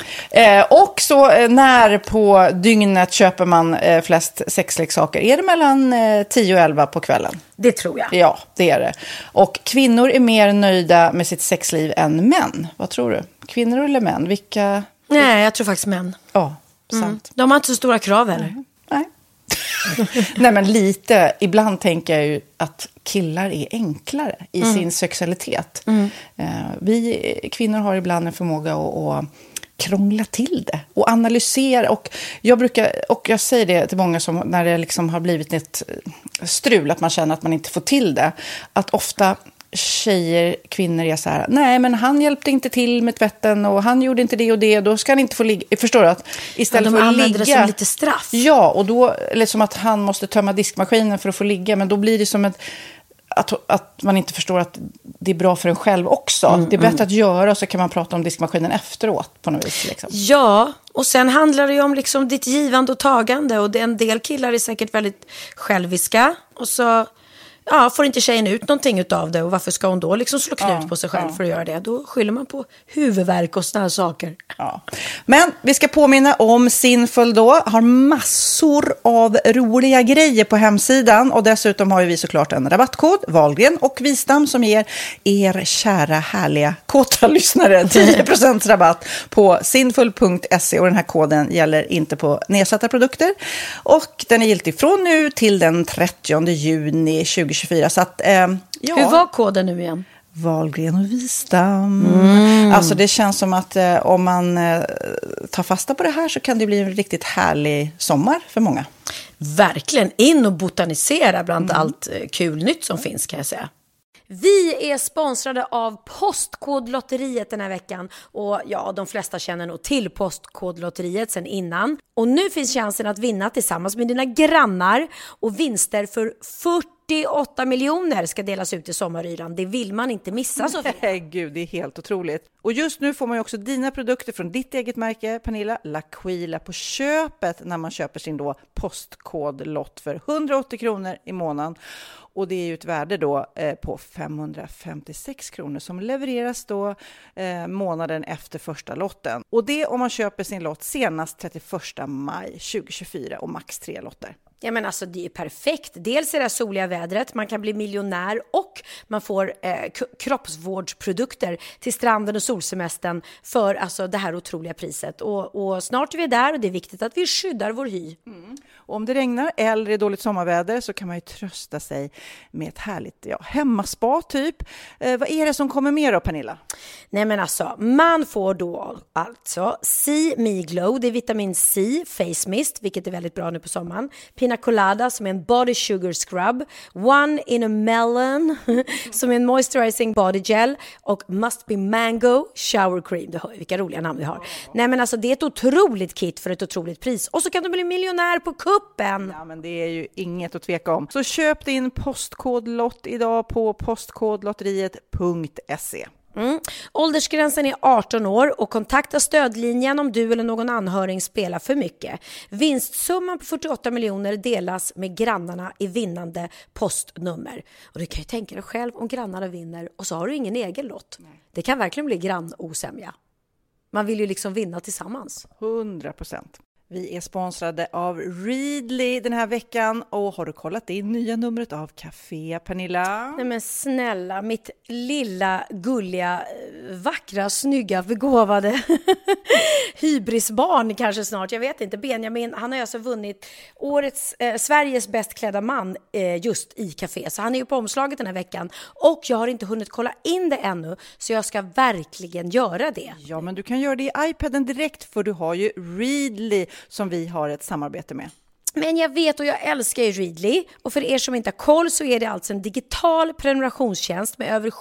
Och så när på dygnet köper man flest sexleksaker? Är det mellan 10 och 11 på kvällen? Det tror jag. Ja, det är det. Och kvinnor är mer nöjda med sitt sexliv än män. Vad tror du? Kvinnor eller män? Vilka? Nej, jag tror faktiskt män. Ja, sant. De har inte så stora krav heller. Nej. Nej, men lite. Ibland tänker jag ju att killar är enklare i sin sexualitet. Vi kvinnor har ibland en förmåga att krångla till det och analysera. Och jag säger det till många som när det liksom har blivit ett strul, att man känner att man inte får till det. Att ofta kvinnor är så här, nej men han hjälpte inte till med tvätten och han gjorde inte det och det, då ska han inte få ligga. Förstår du? Att istället för att ligga, det som lite straff. Ja, och då eller som att han måste tömma diskmaskinen för att få ligga, men då blir det som att man inte förstår att det är bra för en själv också. Det är bättre att göra, och så kan man prata om diskmaskinen efteråt på något vis. Liksom. Ja, och sen handlar det ju om liksom ditt givande och tagande, och en del killar är säkert väldigt själviska, och så får inte tjejen ut någonting utav det, och varför ska hon då liksom slå knut på sig själv för att göra det? Då skyller man på huvudvärk och såna här saker. Ja. Men vi ska påminna om Sinful då. Har massor av roliga grejer på hemsidan, och dessutom har vi såklart en rabattkod, Wahlgren och Wistam, som ger er kära härliga kåta lyssnare 10% rabatt på sinful.se, och den här koden gäller inte på nedsatta produkter, och den är giltig från nu till den 30 juni 2024. Så att, Hur var koden nu igen? Wahlgren och Wistam. Alltså det känns som att om man tar fasta på det här så kan det bli en riktigt härlig sommar för många. Verkligen, in och botanisera bland allt kul nytt som finns, kan jag säga. Vi är sponsrade av Postkodlotteriet den här veckan, och de flesta känner nog till Postkodlotteriet sedan innan. Och nu finns chansen att vinna tillsammans med dina grannar, och vinster för 48 miljoner ska delas ut i sommaryran. Det vill man inte missa, Sofie. Gud, det är helt otroligt. Och just nu får man ju också dina produkter från ditt eget märke, Pernilla, L'Aquila, på köpet när man köper sin då postkodlott för 180 kronor i månaden. Och det är ju ett värde då på 556 kronor som levereras då månaden efter första lotten. Och det om man köper sin lott senast 31 maj 2024 och max 3 lotter. Ja, men alltså det är perfekt. Dels är det soliga vädret, man kan bli miljonär och man får kroppsvårdsprodukter till stranden och solsemestern för alltså det här otroliga priset. Och snart är vi där och det är viktigt att vi skyddar vår hy. Och om det regnar eller är dåligt sommarväder så kan man ju trösta sig med ett härligt hemmaspa typ. Vad är det som kommer mer då, Pernilla? Nej, men alltså man får då alltså See Me Glow, det är vitamin C face mist, vilket är väldigt bra nu på sommaren. Pina Colada som är en body sugar scrub, One in a Melon som är en moisturizing body gel och Must Be Mango shower cream. Du hör vilka roliga namn vi har. Nej, men alltså det är ett otroligt kit för ett otroligt pris och så kan du bli miljonär på kuppen. Ja, men det är ju inget att tveka om. Så köp din postkodlott idag på postkodlotteriet.se. Åldersgränsen är 18 år och kontakta stödlinjen om du eller någon anhörig spelar för mycket. Vinstsumman på 48 miljoner delas med grannarna i vinnande postnummer. Och du kan ju tänka dig själv om grannarna vinner och så har du ingen egen lott. Nej. Det kan verkligen bli grannosämja. Man vill ju liksom vinna tillsammans. 100%. Vi är sponsrade av Readly den här veckan och har du kollat det nya numret av Café, Pernilla? Nej men snälla, mitt lilla, gulliga, vackra, snygga, begåvade hybrisbarn kanske snart, jag vet inte. Benjamin, han har alltså vunnit årets Sveriges bäst klädda man just i Café. Så han är ju på omslaget den här veckan och jag har inte hunnit kolla in det ännu så jag ska verkligen göra det. Ja, men du kan göra det i iPaden direkt för du har ju Readly som vi har ett samarbete med. Men jag vet och jag älskar ju Readly och för er som inte har koll så är det alltså en digital prenumerationstjänst med över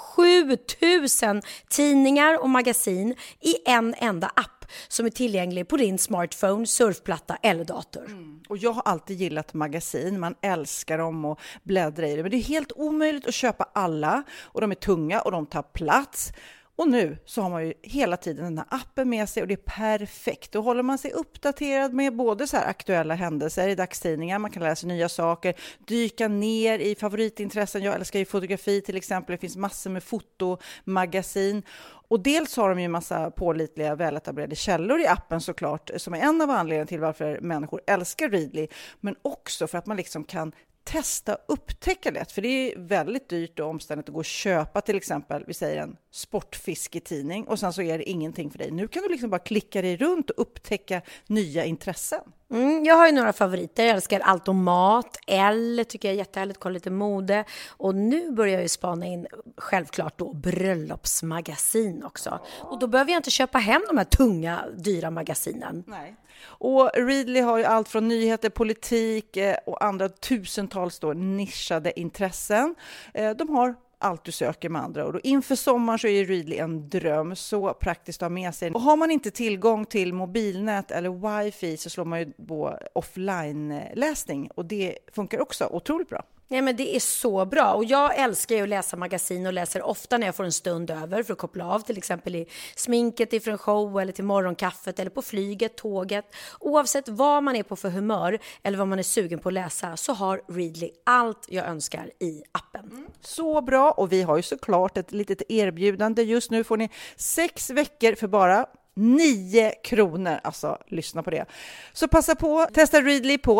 7000 tidningar och magasin i en enda app som är tillgänglig på din smartphone, surfplatta eller dator. Och jag har alltid gillat magasin, man älskar dem och bläddra i det, men det är helt omöjligt att köpa alla och de är tunga och de tar plats. Och nu så har man ju hela tiden den här appen med sig och det är perfekt. Då håller man sig uppdaterad med både så här aktuella händelser i dagstidningar. Man kan lära sig nya saker, dyka ner i favoritintressen. Jag älskar ju fotografi till exempel. Det finns massor med fotomagasin. Och dels har de ju en massa pålitliga, väletablerade källor i appen såklart. Som är en av anledningarna till varför människor älskar Readly. Men också för att man liksom kan testa upptäcka det. För det är väldigt dyrt och omständigt att gå och köpa till exempel, vi säger en sportfisketidning och sen så är det ingenting för dig. Nu kan du liksom bara klicka dig runt och upptäcka nya intressen. Jag har ju några favoriter. Jag älskar allt om mat. Eller tycker jag är jättehärligt. Kolla lite mode. Och nu börjar jag ju spana in självklart då bröllopsmagasin också. Och då behöver jag inte köpa hem de här tunga, dyra magasinen. Nej. Och Readly har ju allt från nyheter, politik och andra tusentals då nischade intressen. De har allt du söker med andra och inför sommaren så är Readly en dröm, så praktiskt att ha med sig. Och har man inte tillgång till mobilnät eller wifi så slår man ju på offline-läsning och det funkar också otroligt bra. Ja, men det är så bra och jag älskar ju att läsa magasin och läser ofta när jag får en stund över för att koppla av, till exempel i sminket ifrån en show eller till morgonkaffet eller på flyget, tåget. Oavsett vad man är på för humör eller vad man är sugen på att läsa så har Readly allt jag önskar i appen. Så bra, och vi har ju såklart ett litet erbjudande. Just nu får ni 6 veckor för bara 9 kronor, alltså lyssna på det. Så passa på, testa Readly på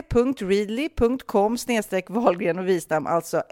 se.readly.com/Wahlgren och Wistam, alltså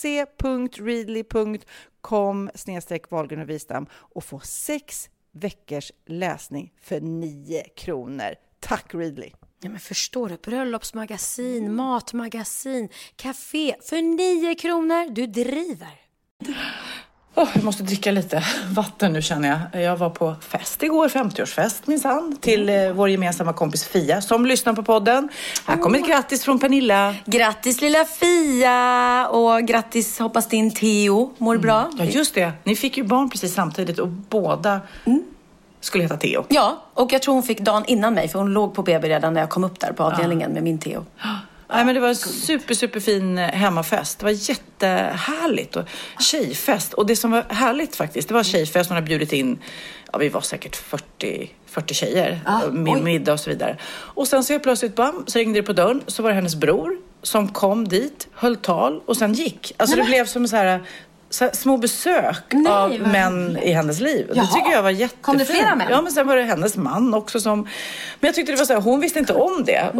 se.readly.com/Wahlgren och Wistam och få 6 veckors läsning för 9 kronor. Tack Readly! Ja, men förstår du, bröllopsmagasin, matmagasin, café för 9 kronor, du driver. Jag måste dricka lite vatten nu känner jag. Jag var på fest igår, 50-årsfest minsann, till vår gemensamma kompis Fia som lyssnar på podden. Här kommer ett grattis från Pernilla. Grattis lilla Fia och grattis, hoppas din Theo mår bra. Ja just det, ni fick ju barn precis samtidigt och båda skulle heta Theo. Ja, och jag tror hon fick dagen innan mig för hon låg på BB redan när jag kom upp där på avdelningen med min Theo. Nej, men det var en superfin hemmafest. Det var jättehärligt och tjejfest. Och det som var härligt faktiskt, det var tjejfest. Man har bjudit in, ja, vi var säkert 40 tjejer med middag och så vidare. Och sen så helt plötsligt så ringde det på dörren. Så var det hennes bror som kom dit, höll tal och sen gick. Alltså det blev som så här så små besök av män i hennes liv. Det tycker jag var jättefint. Kom det flera män? Ja, men sen var det hennes man också som... Men jag tyckte det var så här, hon visste inte om det.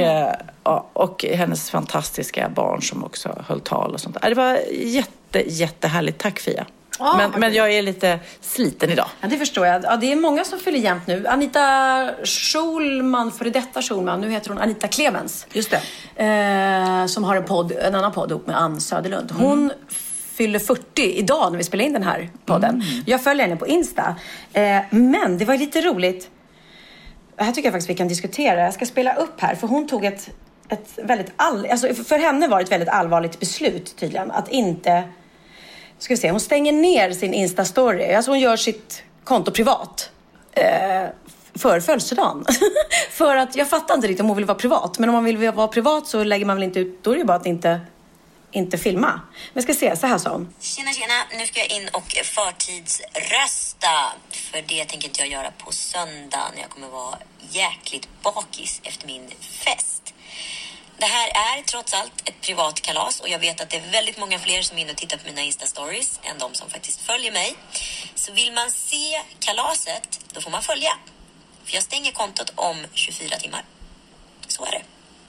Och hennes fantastiska barn som också höll tal och sånt. Det var jättehärligt. Tack, Fia. Men jag är lite sliten idag. Ja, det förstår jag. Ja, det är många som fyller jämnt nu. Anita Schulman, före detta Schulman, nu heter hon Anita Clemens. Just det. Som har en annan podd ihop med Ann Söderlund. Hon fyller 40 idag när vi spelar in den här podden. Jag följer henne på Insta. Men det var lite roligt. Det här tycker jag faktiskt vi kan diskutera. Jag ska spela upp här. För hon tog ett väldigt... Alltså för henne var det ett väldigt allvarligt beslut tydligen. Att inte... Ska vi se, hon stänger ner sin Insta-story. Alltså hon gör sitt konto privat. För födelsedagen. För att jag fattar inte riktigt om hon vill vara privat. Men om man vill vara privat så lägger man väl inte ut... Då är det ju bara att inte filma. Men ska se, så här sa hon. Tjena, nu ska jag in och förtidsrösta. För det tänker inte jag göra på söndag när jag kommer vara jäkligt bakis efter min fest. Det här är trots allt ett privat kalas och jag vet att det är väldigt många fler som är inne och tittar på mina Insta-stories än de som faktiskt följer mig. Så vill man se kalaset, då får man följa. För jag stänger kontot om 24 timmar. Så är det.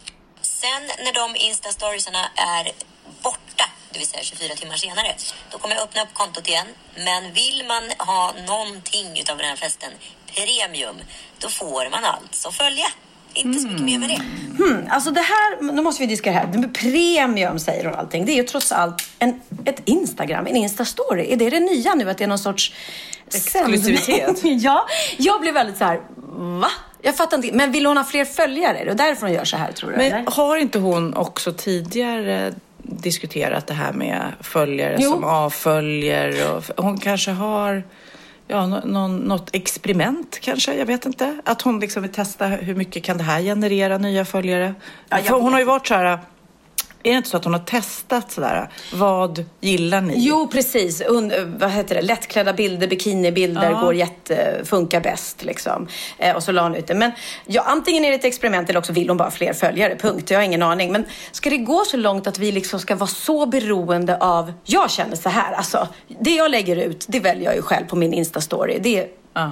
Sen när de Insta-storiesarna är borta, det vill säga 24 timmar senare, då kommer jag öppna upp kontot igen. Men vill man ha någonting utav den här festen premium, då får man alltså följa. Inte så mycket mer med det. Alltså det här, nu måste vi diskutera här. Det premium säger hon allting. Det är ju trots allt ett Instagram, en Insta-story. Är det nya nu att det är någon sorts exklusivitet? Ja, jag blev väldigt så här, va? Jag fattar inte. Men vill hon ha fler följare? Och därför hon gör så här, tror du? Men har inte hon också tidigare diskuterat det här med följare som avföljer? Och hon kanske har... Ja, något experiment kanske, jag vet inte. Att hon liksom vill testa hur mycket kan det här generera nya följare. Ja, hon har ju varit så här... Är det inte så att hon har testat sådär? Vad gillar ni? Jo, precis. Vad heter det? Lättklädda bilder, bikinibilder funkar bäst liksom. Och så la hon ut det. Men antingen är det ett experiment eller också vill hon bara fler följare. Punkt. Jag har ingen aning. Men ska det gå så långt att vi liksom ska vara så beroende av... Jag känner så här. Alltså, det jag lägger ut, det väljer jag ju själv på min Insta-story.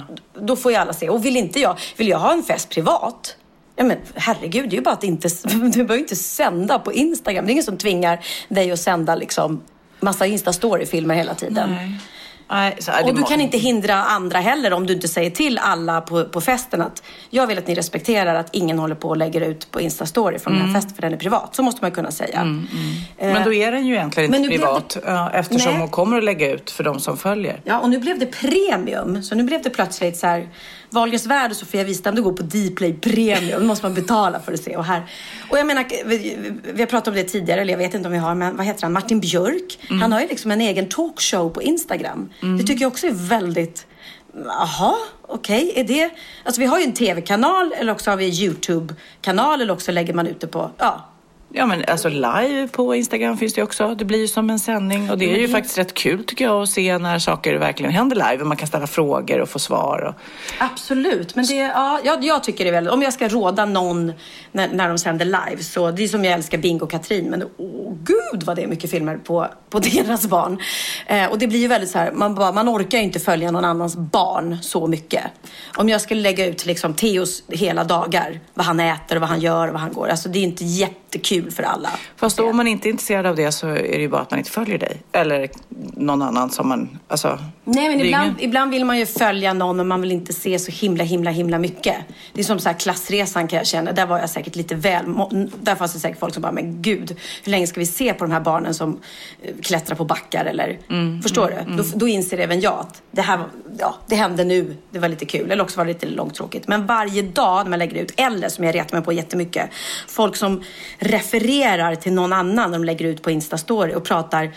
Då får ju alla se. Och vill jag ha en fest privat... Ja, men herregud, det är ju bara att du behöver inte sända på Instagram. Det är ingen som tvingar dig att sända liksom massa Insta-story-filmer hela tiden. Nej, och du kan inte hindra andra heller om du inte säger till alla på festen att jag vill att ni respekterar att ingen håller på och lägger ut på Insta-story från den här festen för den är privat. Så måste man kunna säga. Men då är den ju egentligen inte privat eftersom hon kommer att lägga ut för de som följer. Ja, och nu blev det premium. Så nu blev det plötsligt så här... Wahlgrens värld och Sofia Wistam, du går på Dplay Premium. Då måste man betala för att se. Och jag menar, vi har pratat om det tidigare, eller jag vet inte om vi har, men vad heter han? Martin Björk. Han har ju liksom en egen talkshow på Instagram. Det tycker jag också är väldigt... Jaha, okej. Är det... Alltså vi har ju en tv-kanal, eller också har vi en YouTube-kanal, eller också lägger man ut det på... Ja, men alltså live på Instagram finns det också. Det blir ju som en sändning. Och det är ju faktiskt rätt kul tycker jag att se när saker verkligen händer live. Man kan ställa frågor och få svar. Absolut. Men jag tycker det är väldigt... Om jag ska råda någon när de sänder live. Så det är som jag älskar Bingo och Katrin. Men gud vad det är mycket filmer på deras barn. Och det blir ju väldigt så här... Man orkar ju inte följa någon annans barn så mycket. Om jag skulle lägga ut liksom Theos hela dagar. Vad han äter och vad han gör och vad han går. Alltså det är inte jättekul för alla. Fast då, om man inte är intresserad av det så är det ju bara att man inte följer dig. Eller någon annan som man... Alltså, nej, men ibland vill man ju följa någon och man vill inte se så himla mycket. Det är som så här klassresan kan jag känna. Där var jag säkert lite väl... Där fanns det säkert folk som bara, men gud, hur länge ska vi se på de här barnen som klättrar på backar? Eller, förstår du? Då inser även jag att det här, det hände nu. Det var lite kul. Eller också var det lite långtråkigt. Men varje dag när man lägger ut, eller som jag retar mig på jättemycket, folk som refererar till någon annan när de lägger ut på Insta-story och pratar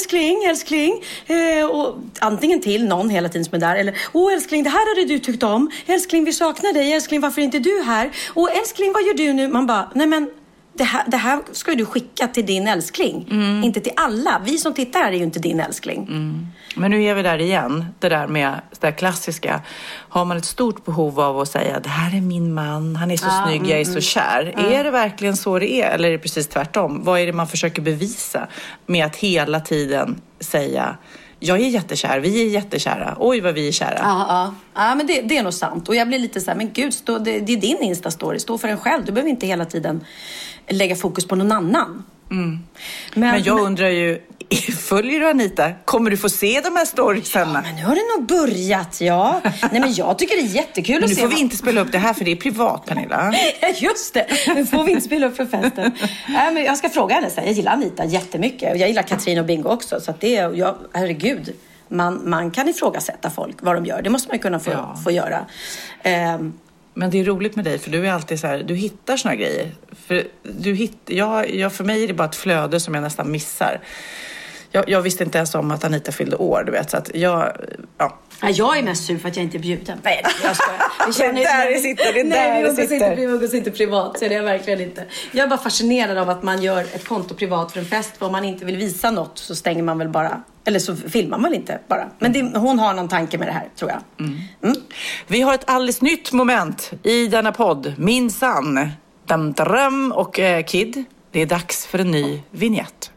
älskling och antingen till någon hela tiden som är där eller älskling, det här hade du tyckt om, älskling vi saknar dig, älskling varför är inte du här, och älskling vad gör du nu? Man bara, nej men det här ska ju du skicka till din älskling. Inte till alla. Vi som tittar här är ju inte din älskling. Men nu är vi där igen. Det där med det där klassiska. Har man ett stort behov av att säga det här är min man, han är så snygg, jag är så kär. Är det verkligen så det är? Eller är det precis tvärtom? Vad är det man försöker bevisa med att hela tiden säga jag är jättekär, vi är jättekära. Oj vad vi är kära. Ja, men det är nog sant. Och jag blir lite så här, men gud, det är din Insta-story. Stå för en själv. Du behöver inte hela tiden lägga fokus på någon annan. Men jag undrar ju, följer du Anita? Kommer du få se de här storiesarna? Ja, men nu har det nog börjat, ja. Nej, men jag tycker det är jättekul men att nu se. Nu får vi inte spela upp det här för det är privat, Pernilla. Just det, nu får vi inte spela upp för festen. Nej, men jag ska fråga henne sen. Jag gillar Anita jättemycket. Och jag gillar Katrin och Bingo också. Så att det är, herregud. Man kan ifrågasätta folk, vad de gör. Det måste man ju kunna få göra. Men det är roligt med dig, för du är alltid så här, du hittar såna grejer. För för mig är det bara ett flöde som jag nästan missar. Jag visste inte ens om att Anita fyllde år, du vet, så att jag är mest sur för att jag inte är bjuden. Nej, jag skojar. Vi umgås inte privat, så det är jag verkligen inte. Jag är bara fascinerad av att man gör ett konto privat för en fest. För om man inte vill visa något så stänger man väl bara. Eller så filmar man inte bara. Men hon har någon tanke med det här, tror jag. Vi har ett alldeles nytt moment i denna podd. Minsann. Dröm och Kid. Det är dags för en ny vignett.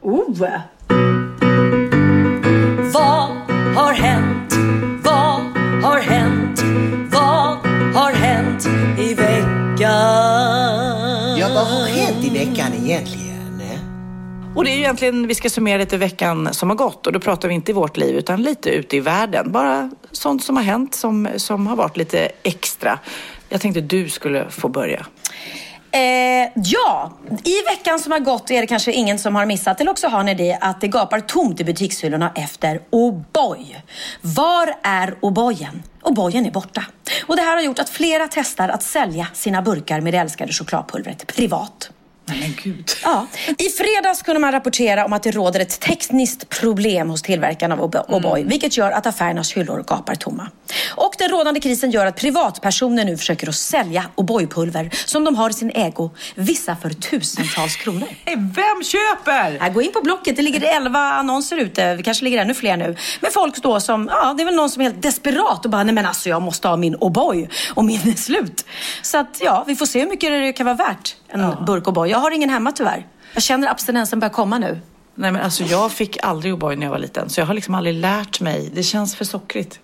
Vad har hänt? Vad har hänt? Vad har hänt i veckan? Ja, vad har hänt i veckan egentligen? Och det är ju egentligen, vi ska summera lite veckan som har gått. Och då pratar vi inte i vårt liv utan lite ute i världen. Bara sånt som har hänt som har varit lite extra. Jag tänkte du skulle få börja. Ja, i veckan som har gått är det kanske ingen som har missat. Eller också har ni det att det gapar tomt i butikshyllorna efter O'boy. Var är O'boyen? O'boyen är borta. Och det här har gjort att flera testar att sälja sina burkar med det älskade chokladpulvret privat. Men gud. Ja. I fredags kunde man rapportera om att det råder ett tekniskt problem hos tillverkarna av O'boy, vilket gör att affärernas hyllor gapar tomma. Och den rådande krisen gör att privatpersoner nu försöker att sälja O'boy-pulver som de har i sin ägo, vissa för tusentals kronor. Vem köper? Gå in på Blocket, det ligger 11 annonser ute, det kanske ligger ännu fler nu. Men folk då som, det är väl någon som är helt desperat och bara, nej men alltså jag måste ha min O'boy och min är slut. Så att vi får se hur mycket det kan vara värt en burk O'boy. Jag har ingen hemma tyvärr. Jag känner abstinensen börjar komma nu. Nej men alltså jag fick aldrig O'boy när jag var liten. Så jag har liksom aldrig lärt mig. Det känns för sockrigt.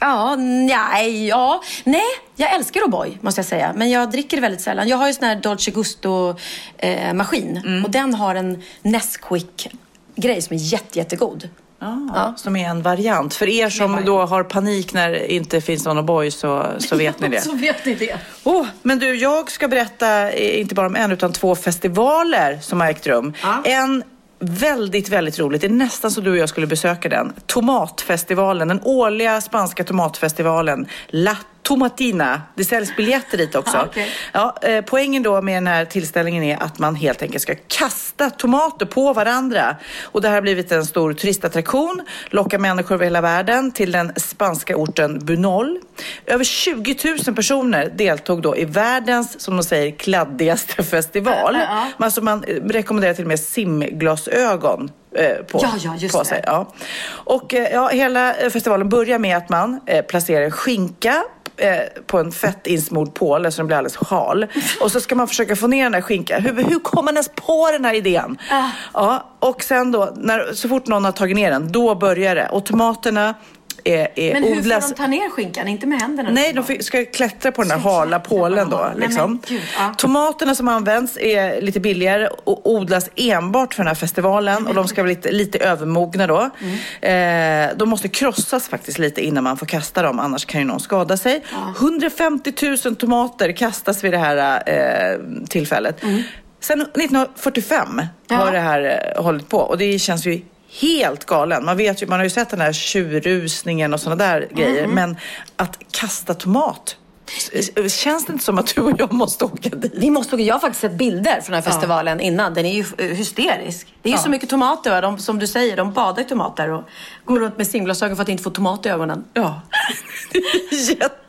Nej, jag älskar O'boy måste jag säga. Men jag dricker det väldigt sällan. Jag har ju sån här Dolce Gusto maskin. Och den har en Nesquik-grej som är jättegod. Som är en variant. För er som då har panik när det inte finns någon O'boy så vet ni det. Så vet ni det. Men du, jag ska berätta inte bara om en utan 2 festivaler som har ägt rum. En väldigt, väldigt roligt. Det är nästan så du och jag skulle besöka den. Tomatfestivalen, den årliga spanska tomatfestivalen La Tomatina. Det säljs biljetter dit också. Poängen då med den här tillställningen är att man helt enkelt ska kasta tomater på varandra. Och det här har blivit en stor turistattraktion. Lockar människor över hela världen till den spanska orten Bunol. Över 20 000 personer deltog då i världens, som de säger, kladdigaste festival. Alltså man rekommenderar till och med simglasögon på sig. Och hela festivalen börjar med att man placerar en skinka på en fett insmord påle så den blir alldeles hal. Och så ska man försöka få ner den där skinkan. Hur kommer man ens på den här idén? Och sen då, så fort någon har tagit ner den, då börjar det. Och tomaterna men hur får de ta ner skinkan? Inte med händerna? Nej, de ska klättra på den här hala pålen då. Liksom. Tomaterna som används är lite billigare och odlas enbart för den här festivalen. Och de ska vara lite övermogna då. De måste krossas faktiskt lite innan man får kasta dem. Annars kan ju någon skada sig. 150 000 tomater kastas vid det här tillfället. Sen 1945 har det här hållit på. Och det känns ju helt galen. Man har ju sett den här tjurrusningen och sådana där grejer. Men att kasta tomat, känns det inte som att du och jag måste åka dit? Vi måste åka. Jag har faktiskt sett bilder från den här festivalen innan. Den är ju hysterisk. Det är ju så mycket tomater. Som du säger, de badar i tomater och går runt med simglasögon för att inte få tomat i ögonen. Det är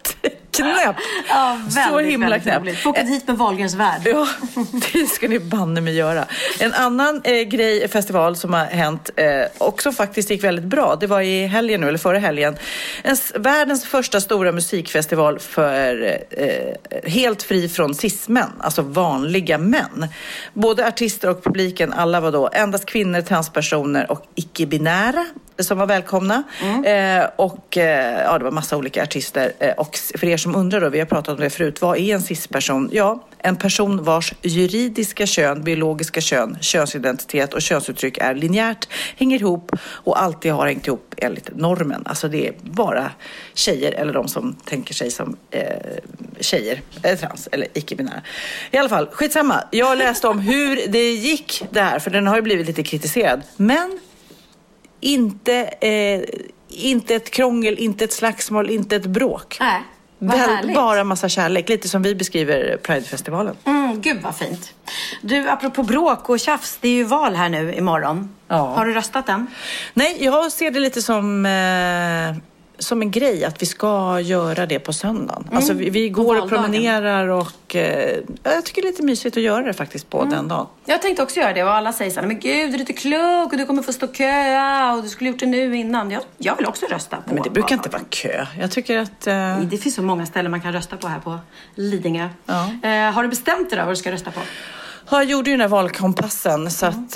knäppt. Ja, väldigt, så himla knäppt. Få åka hit med Wahlgrens värld. Ja, det ska ni banne mig göra. En annan festival som har hänt och som faktiskt gick väldigt bra. Det var i helgen nu, eller förra helgen. Världens första stora musikfestival för helt fri från cis-män. Alltså vanliga män. Både artister och publiken, alla var då endast kvinnor, transpersoner och icke-binära som var välkomna. Det var massa olika artister. Och för er som undrar då, vi har pratat om det förut, vad är en cis-person? Ja, en person vars juridiska kön, biologiska kön, könsidentitet och könsuttryck är linjärt, hänger ihop och alltid har hängt ihop enligt normen. Alltså det är bara tjejer eller de som tänker sig som tjejer, trans eller icke-binära. I alla fall, skitsamma. Jag läste om hur det gick det här, för den har ju blivit lite kritiserad. Men inte ett krångel, inte ett slagsmål, inte ett bråk. Nej, bara massa kärlek. Lite som vi beskriver Pride-festivalen. Gud vad fint. Du, apropå bråk och tjafs, det är ju val här nu imorgon. Ja. Har du röstat än? Nej, jag ser det lite som en grej att vi ska göra det på söndagen. Alltså vi går och promenerar och jag tycker det är lite mysigt att göra det faktiskt på den dagen. Jag tänkte också göra det och alla säger så här, men gud, du är inte klok och du kommer få stå köa och du skulle gjort det nu innan. Jag vill också rösta på. Men det brukar inte vara kö. Jag tycker att... Det finns så många ställen man kan rösta på här på Lidingö. Ja. Har du bestämt dig då vad du ska rösta på? Jag gjorde ju den här valkompassen så att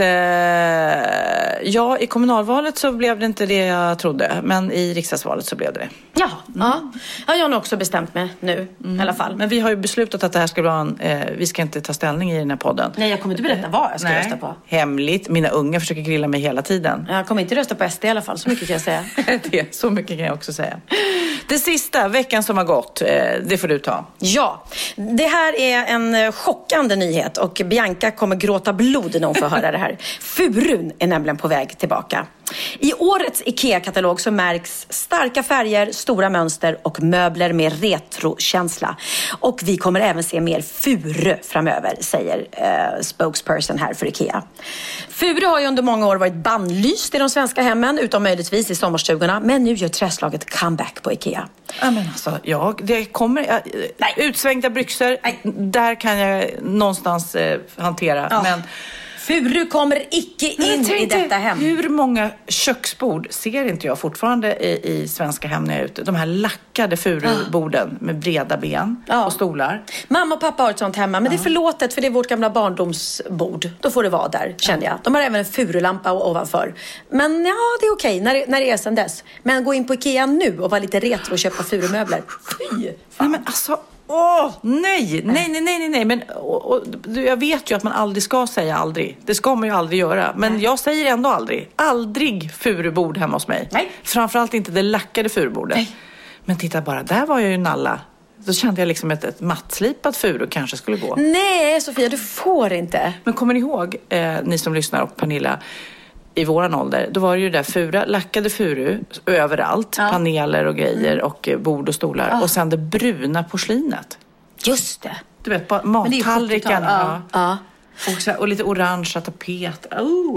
i kommunalvalet så blev det inte det jag trodde, men i riksdagsvalet så blev det. Ja, jag har nog också bestämt mig nu i alla fall. Men vi har ju beslutat att det här ska vara vi ska inte ta ställning i den här podden. Nej, jag kommer inte berätta vad jag ska rösta på. Hemligt, mina unga försöker grilla mig hela tiden. Jag kommer inte rösta på SD i alla fall, så mycket kan jag säga. Så mycket kan jag också säga. Det sista, veckan som har gått, det får du ta. Ja, det här är en chockande nyhet och Bianca kommer gråta blod när hon får höra det här. Furun är nämligen på väg tillbaka. I årets IKEA-katalog så märks starka färger, stora mönster och möbler med retrokänsla. Och vi kommer även se mer furu framöver, säger spokesperson här för IKEA. Furu har ju under många år varit bannlyst i de svenska hemmen, utom möjligtvis i sommarstugorna. Men nu gör träslaget comeback på IKEA. Ja, men alltså, det kommer... utsvängda byxor, där kan jag någonstans hantera. Ja. Men... Furu kommer icke in i detta hem. Hur många köksbord ser inte jag fortfarande i svenska hem när jag är ute? De här lackade furuborden med breda ben och stolar. Mamma och pappa har ett sånt hemma, men det är förlåtet för det är vårt gamla barndomsbord. Då får det vara där, kände jag. De har även en furulampa ovanför. Men ja, det är okej när det är sen dess. Men gå in på IKEA nu och vara lite retro och köpa furumöbler. Fy! Nej, men alltså... Nej. Men jag vet ju att man aldrig ska säga aldrig. Det ska man ju aldrig göra. Men jag säger ändå aldrig. Aldrig furubord hemma hos mig. Nej. Framförallt inte det lackade furubordet. Nej. Men titta bara, där var jag ju nalla. Då kände jag liksom ett mattslipat furu kanske skulle gå. Nej, Sofia, du får inte. Men kommer ni ihåg, ni som lyssnar och Pernilla, i våran ålder, då var det ju där lackade furu överallt. Ja. Paneler och grejer och bord och stolar. Ja. Och sen det bruna porslinet. Just det. Du vet, mattallrikarna. Ja. Och lite orangea tapet.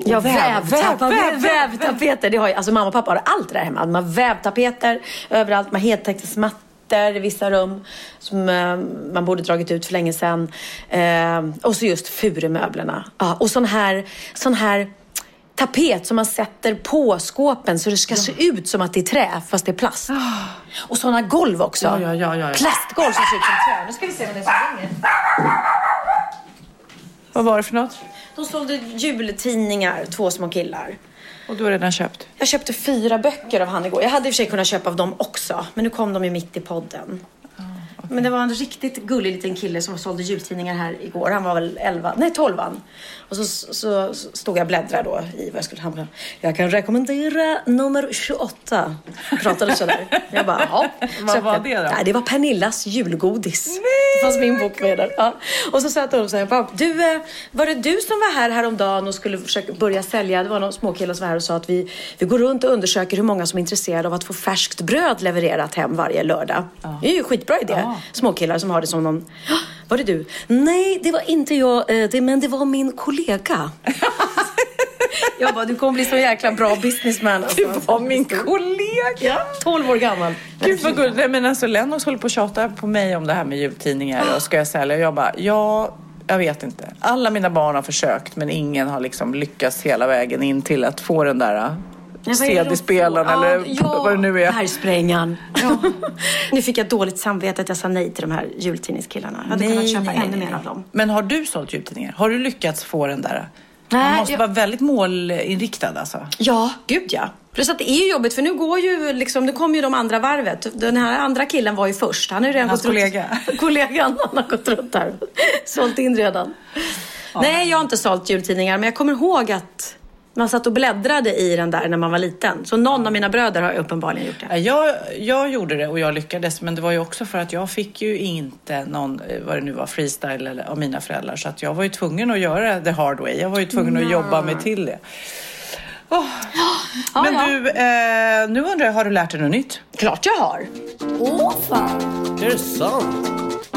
Vävtapeter. Det har ju, alltså mamma och pappa har allt där hemma. Man har vävtapeter överallt. Man har heltäckningsmattor i vissa rum som man borde dragit ut för länge sedan. Och så just furumöblerna. Och sån här tapet som man sätter på skåpen så det ska se ut som att det är trä fast det är plast. Och såna golv också. Ja. Plastgolv som ser ut som trä. Nu ska vi se vad det är som ringer. Vad var det för något? De sålde jultidningar, 2 små killar. Och du har redan köpt? Jag köpte 4 böcker av han igår. Jag hade i och för sig kunnat köpa av dem också. Men nu kom de ju mitt i podden. Okay. Men det var en riktigt gullig liten kille som sålde jultidningar här igår. Han var väl 12. Och så stod jag och bläddrade då i vad jag skulle hamna. Jag kan rekommendera nummer 28. Pratade sådär. Jag bara, ja. Vad var det då? Nej, det var Pernillas julgodis. Nej. Det fanns min bok med där. Ja. Och så satt de och sa, var det du som var här häromdagen och skulle försöka börja sälja? Det var någon småkille som var här och sa att vi går runt och undersöker hur många som är intresserade av att få färskt bröd levererat hem varje lördag. Ja. Det är ju skitbra idé. Ja. Småkillar som har det som någon... Var det du? Nej, det var inte jag. Men det var min kollega. Jag bara, du kommer bli så jäkla bra businessman. Alltså. Du var min kollega. 12 år gammal. Gud vad gulligt. Men alltså Lennox håller på att tjata på mig om det här med jultidningar. Och ska jag sälja? Jag bara, jag vet inte. Alla mina barn har försökt, men ingen har liksom lyckats hela vägen in till att få den där CD-spelaren eller vad det nu är. Härsprängaren. Ja. Nu fick jag dåligt samvete att jag sa nej till de här jultidningskillarna. Jag hade kunnat köpa ännu mer av dem. Men har du sålt jultidningar? Har du lyckats få den där? Man måste vara väldigt målinriktad alltså. Ja, gud ja. Plus att det är ju jobbigt, för nu går ju liksom, nu kommer ju de andra varvet. Den här andra killen var ju först. Han är ju redan hans kollegan, han har gått runt här. Sålt in redan. Ja. Nej, jag har inte sålt jultidningar, men jag kommer ihåg att man satt och bläddrade i den där när man var liten. Så någon av mina bröder har uppenbarligen gjort det. Jag gjorde det och jag lyckades. Men det var ju också för att jag fick ju inte någon, vad det nu var, freestyle eller, av mina föräldrar. Så att jag var ju tvungen att göra the hard way. Jag var ju tvungen att jobba mig till det. Men du, nu undrar jag, har du lärt dig något nytt? Klart jag har. Fan. Det är sant.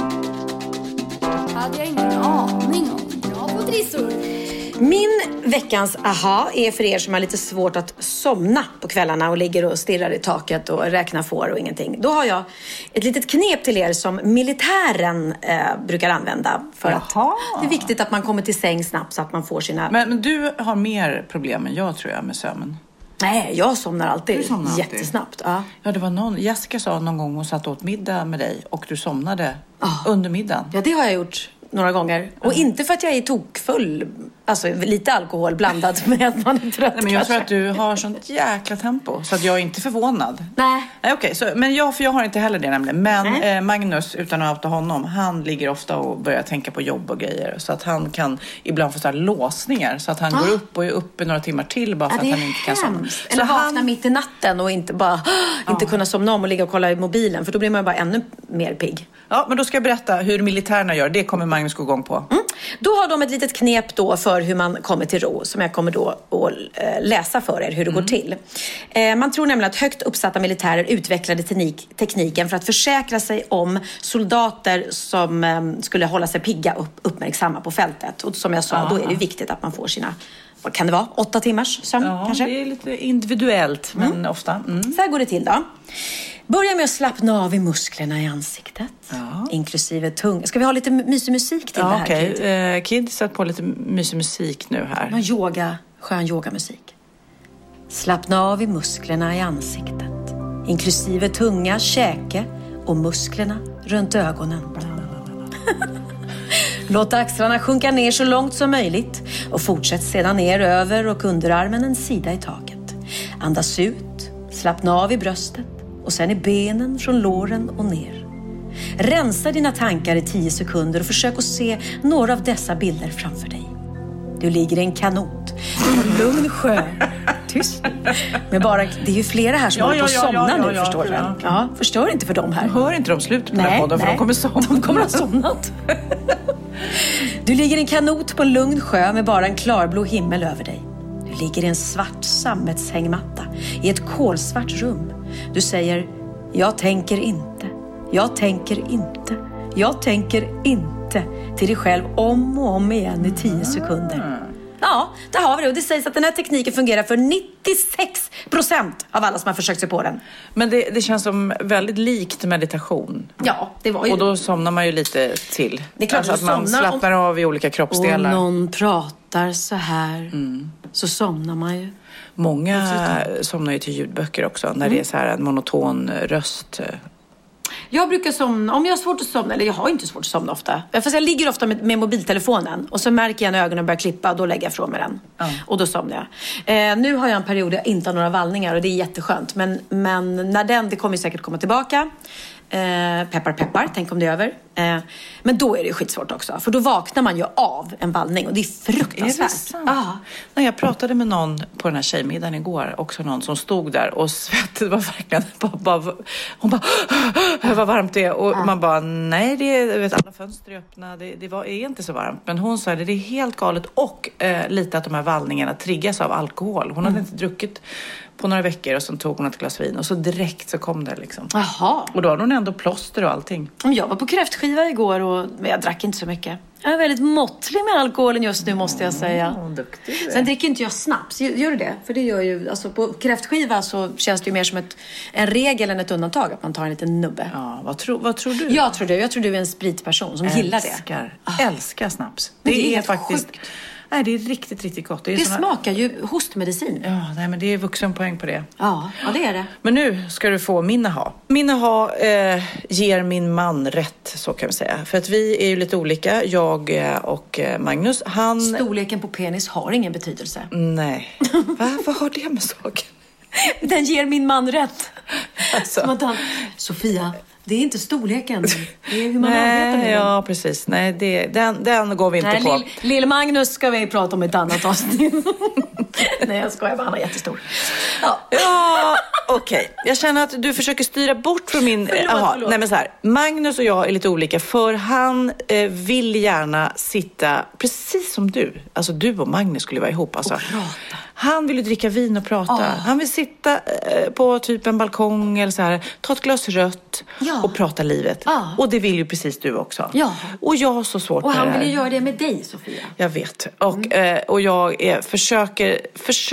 Hade jag ingen aning om. Bra på trissor. Min veckans aha är för er som har lite svårt att somna på kvällarna och ligger och stirrar i taket och räknar får och ingenting. Då har jag ett litet knep till er som militären brukar använda. För att det är viktigt att man kommer till säng snabbt så att man får sina... Men du har mer problem än jag, tror jag, med sömnen. Nej, jag somnar alltid jättesnabbt. Ja, det var någon, Jessica sa någon gång hon satt åt middag med dig och du somnade under middagen. Ja, det har jag gjort några gånger. Och inte för att jag är tokfull. Alltså lite alkohol blandat med att man är trött. Nej, men jag tror att du har sånt jäkla tempo. Så att jag är inte förvånad. Nej. Okej, men jag har inte heller det nämligen. Men Magnus, utan att outa honom, han ligger ofta och börjar tänka på jobb och grejer. Så att han kan ibland få så här låsningar. Så att han går upp och är uppe några timmar till bara för att han inte kan somna. Eller vakna mitt i natten och inte bara inte kunna somna om och ligga och kolla i mobilen. För då blir man bara ännu mer pigg. Ja, men då ska jag berätta hur militärerna gör. Det kommer Magnus gå igång på. Då har de ett litet knep då för hur man kommer till ro, som jag kommer då att läsa för er hur det går till. Man tror nämligen att högt uppsatta militärer utvecklade tekniken för att försäkra sig om soldater som skulle hålla sig pigga och uppmärksamma på fältet. Och som jag sa, då är det viktigt att man får sina, vad kan det vara, 8 timmars sömn kanske? Det är lite individuellt, men ofta. Så här går det till då. Börja med att slappna av i musklerna i ansiktet. Inklusive tung. Ska vi ha lite mysig musik till det här, Kid? Kid, sätt på lite mysig musik nu här. Någon skön yogamusik. Slappna av i musklerna i ansiktet. Inklusive tunga, käke och musklerna runt ögonen. Låt axlarna sjunka ner så långt som möjligt. Och fortsätt sedan ner över och underarmen en sida i taget. Andas ut, slappna av i bröstet. Och sen i benen från låren och ner. Rensa dina tankar i 10 sekunder och försök att se några av dessa bilder framför dig. Du ligger i en kanot på en lugn sjö. Tyst. Men bara, det är ju flera här som håller på att somna nu, förstår du? Ja, förstör inte för dem här. Hör inte de slut på den här podden, för de kommer somna. De kommer att ha somnat. Du ligger i en kanot på en lugn sjö med bara en klarblå himmel över dig. Du ligger i en svart sammetshängmatta i ett kolsvart rum. Du säger, jag tänker inte, jag tänker inte, jag tänker inte till dig själv om och om igen i 10 sekunder. Ja, där har vi det. Och det sägs att den här tekniken fungerar för 96% av alla som har försökt sig på den. Men det känns som väldigt likt meditation. Ja, det var ju. Och då somnar man ju lite till. Det är klart alltså att man slappnar av i olika kroppsdelar. Och någon pratar så här, så somnar man ju. Många somnar ju till ljudböcker också, när det är så här en monoton röst. Jag brukar somna, om jag har svårt att somna, eller jag har inte svårt att somna ofta. Fast jag ligger ofta med mobiltelefonen och så märker jag när ögonen börjar klippa och då lägger jag ifrån mig den. Och då somnar jag. Nu har jag en period där jag inte har några vallningar och det är jätteskönt. Men när det kommer säkert komma tillbaka. Peppar, peppar, tänk om det är över. Men då är det skitsvårt också. För då vaknar man ju av en vallning och det är fruktansvärt. Nej, jag pratade med någon på den här tjejmiddagen igår. Också någon som stod där och svettade. Var verkligen hon bara, vad varmt det är. Och man bara, nej, det är, alla fönster är öppna. Det är inte så varmt. Men hon sa det är helt galet. Och lite att de här vallningarna triggas av alkohol. Hon hade inte druckit på några veckor och så tog hon ett glas vin och så direkt så kom det liksom. Jaha. Och då hade hon ändå plåster och allting. Jag var på kräftskiva igår och jag drack inte så mycket. Jag är väldigt måttlig med alkoholen just nu, måste jag säga. Duktig du är. Sen dricker inte jag snaps. Gör du det? För det gör ju, alltså på kräftskiva så känns det ju mer som en regel än ett undantag att man tar en liten nubbe. Ja, vad tror du? Jag tror du är en spritperson som gillar det. Älskar snaps. Det är faktiskt sjukt. Nej, det är riktigt, riktigt gott. Det smakar ju hostmedicin. Ja, nej, men det är vuxenpoäng på det. Ja, det är det. Men nu ska du få min aha. Min aha ger min man rätt, så kan vi säga. För att vi är ju lite olika, jag och Magnus. Storleken på penis har ingen betydelse. Nej. Vad har det med saken? Den ger min man rätt. Alltså. Sofia, det är inte storleken. Det är hur man arbetar med den. Ja, precis. Nej, den går vi inte på. Lill Magnus ska vi prata om ett annat avsnitt. Nej, jag skojar bara. Han är jättestor. Ja, okej. Jag känner att du försöker styra bort från min... Förlåt. Nej, men så här. Magnus och jag är lite olika. För han vill gärna sitta precis som du. Alltså du och Magnus skulle vara ihop. Alltså. Och prata. Han vill ju dricka vin och prata. Han vill sitta på typ en balkong eller så här. Ta ett glas rött och prata livet. Och det vill ju precis du också. Ja. Och jag har så svårt och han med vill ju göra det med dig, Sofia. Jag vet. Och jag försöker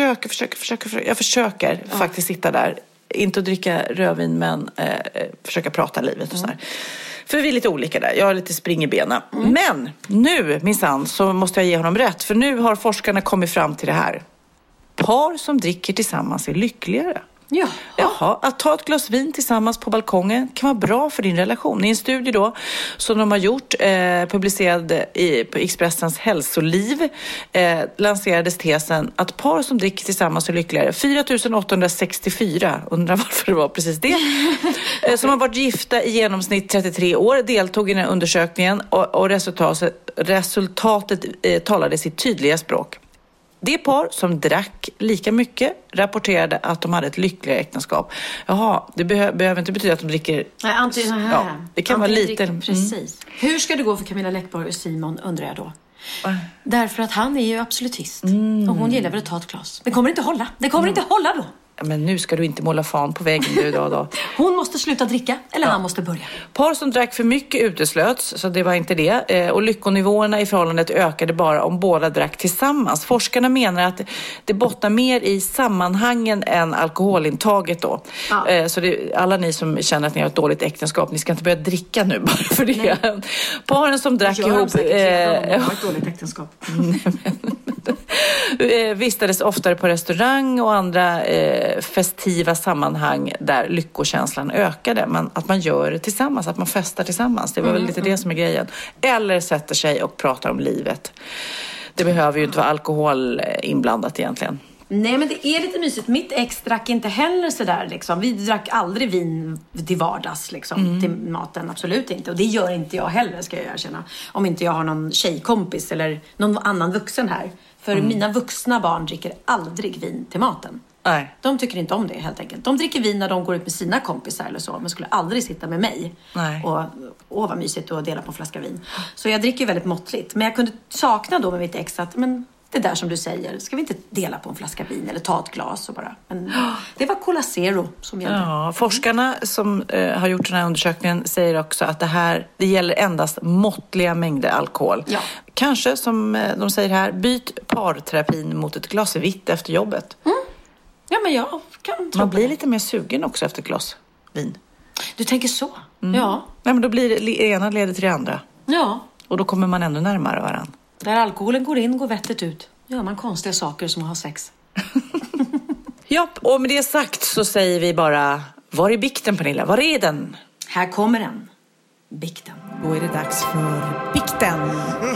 faktiskt sitta där. Inte att dricka rödvin, men försöka prata livet och så här. För vi är lite olika där. Jag har lite spring i benen. Men nu, minsann, så måste jag ge honom rätt. För nu har forskarna kommit fram till det här. Par som dricker tillsammans är lyckligare. Jaha, att ta ett glas vin tillsammans på balkongen kan vara bra för din relation. I en studie då som de har gjort, publicerad på Expressens hälsoliv, lanserades tesen att par som dricker tillsammans är lyckligare. 4864, undrar varför det var precis det, som har varit gifta i genomsnitt 33 år, deltog i den här undersökningen och resultatet talade sitt tydliga språk. Det par som drack lika mycket rapporterade att de hade ett lyckligare äktenskap. Jaha, det behöver inte betyda att de dricker... Nej, antingen här. Ja, det kan vara lite... Precis. Hur ska det gå för Camilla Läckborg och Simon, undrar jag då? Därför att han är ju absolutist. Och hon gillar väl att ta ett glas. Det kommer inte hålla. Det kommer inte hålla då. Men nu ska du inte måla fan på väggen nu då. Hon måste sluta dricka, eller han måste börja. Par som drack för mycket uteslöts, så det var inte det. Och lyckonivåerna i förhållandet ökade bara om båda drack tillsammans. Forskarna menar att det bottnar mer i sammanhangen än alkoholintaget då. Ja. Så alla ni som känner att ni har ett dåligt äktenskap, ni ska inte börja dricka nu bara för det. Nej. Paren som drack ihop... har ett dåligt äktenskap. Vistades oftare på restaurang och andra festiva sammanhang där lyckokänslan ökade. Men att man gör det tillsammans, att man festar tillsammans. Det var väl lite det som är grejen. Eller sätter sig och pratar om livet. Det behöver ju inte vara alkohol inblandat egentligen. Nej, men det är lite mysigt. Mitt ex drack inte heller sådär liksom. Vi drack aldrig vin till vardags liksom, till maten, absolut inte. Och det gör inte jag heller, ska jag erkänna. Om inte jag har någon tjejkompis eller någon annan vuxen här. För mina vuxna barn dricker aldrig vin till maten. Nej. De tycker inte om det helt enkelt. De dricker vin när de går ut med sina kompisar eller så. Men skulle aldrig sitta med mig. Nej. Och vad mysigt att dela på en flaska vin. Så jag dricker väldigt måttligt. Men jag kunde sakna då med mitt ex att... Men det där som du säger, ska vi inte dela på en flaska vin eller ta ett glas och bara... Men det var Cola Zero som gällde. Ja, forskarna som har gjort den här undersökningen säger också att det gäller endast måttliga mängder alkohol. Ja. Kanske, som de säger här, byt parterapin mot ett glas vitt efter jobbet. Ja, men jag kan tro man blir lite mer sugen också efter ett glas vin. Du tänker så? Ja. Nej, men då blir det ena leder till det andra. Ja. Och då kommer man ännu närmare varandra. Där alkoholen går in, går vettet ut. Gör man konstiga saker som att ha sex. Ja, och med det sagt så säger vi bara... Var är bikten, Pernilla? Var är den? Här kommer den. Bikten. Då är det dags för bikten.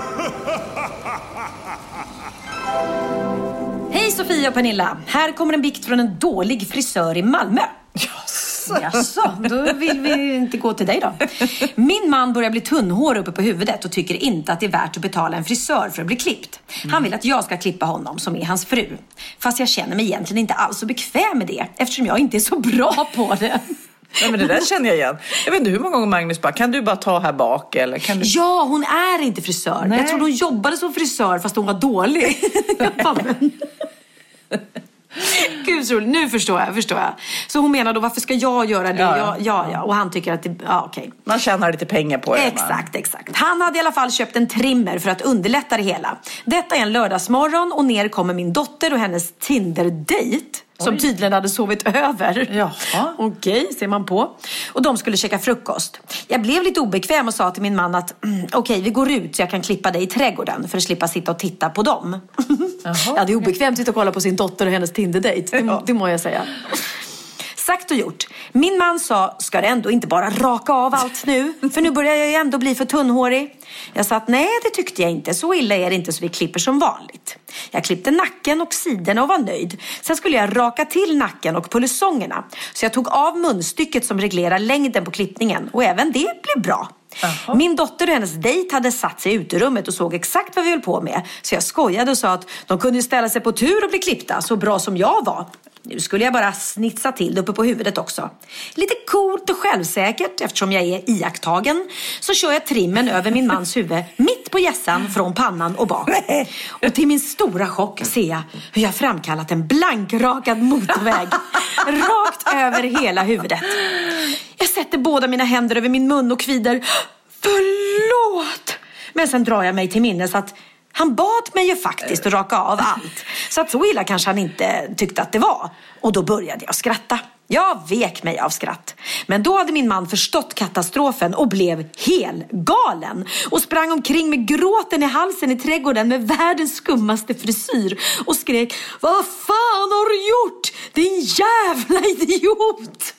Hej Sofia och Pernilla. Här kommer en bikt från en dålig frisör i Malmö. Jaså, då vill vi inte gå till dig då. Min man börjar bli tunnhår uppe på huvudet och tycker inte att det är värt att betala en frisör för att bli klippt. Han vill att jag ska klippa honom, som är hans fru. Fast jag känner mig egentligen inte alls så bekväm med det, eftersom jag inte är så bra på det. Ja, men det där känner jag igen. Jag vet inte hur många gånger Magnus bara, kan du bara ta här bak? Eller kan du... Ja, hon är inte frisör. Nej. Jag tror hon jobbade som frisör fast hon var dålig. Gud så roligt. Nu förstår jag. Så hon menar då, varför ska jag göra det? Ja. Och han tycker att det, okej. Man tjänar lite pengar på det. Exakt. Han hade i alla fall köpt en trimmer för att underlätta det hela. Detta är en lördagsmorgon och ner kommer min dotter och hennes Tinder-date. Som tydligen hade sovit över. Jaha. Okej, ser man på. Och de skulle käka frukost. Jag blev lite obekväm och sa till min man att okej, vi går ut så jag kan klippa dig i trädgården för att slippa sitta och titta på dem. Ja, det är obekvämt att sitta och kolla på sin dotter och hennes Tinder-date. Det må jag säga. Sagt och gjort. Min man sa, ska det ändå inte bara raka av allt nu? För nu börjar jag ju ändå bli för tunnhårig. Jag sa att nej, det tyckte jag inte. Så illa är det inte, så vi klipper som vanligt. Jag klippte nacken och sidorna och var nöjd. Sen skulle jag raka till nacken och pullesongerna. Så jag tog av munstycket som reglerar längden på klippningen. Och även det blev bra. Aha. Min dotter och hennes dejt hade satt sig i uterummet och såg exakt vad vi höll på med. Så jag skojade och sa att de kunde ju ställa sig på tur och bli klippta så bra som jag var. Nu skulle jag bara snitsa till uppe på huvudet också. Lite coolt och självsäkert eftersom jag är iakttagen. Så kör jag trimmen över min mans huvud mitt på hjässan från pannan och bak. Och till min stora chock ser jag hur jag framkallat en blankrakad motorväg. Rakt över hela huvudet. Jag sätter båda mina händer över min mun och kvider. Förlåt! Men sen drar jag mig till minnes att han bad mig ju faktiskt att raka av allt. Så att så illa kanske han inte tyckte att det var. Och då började jag skratta. Jag vek mig av skratt. Men då hade min man förstått katastrofen och blev helgalen. Och sprang omkring med gråten i halsen i trädgården med världens skummaste frisyr. Och skrek, vad fan har du gjort? Din jävla idiot!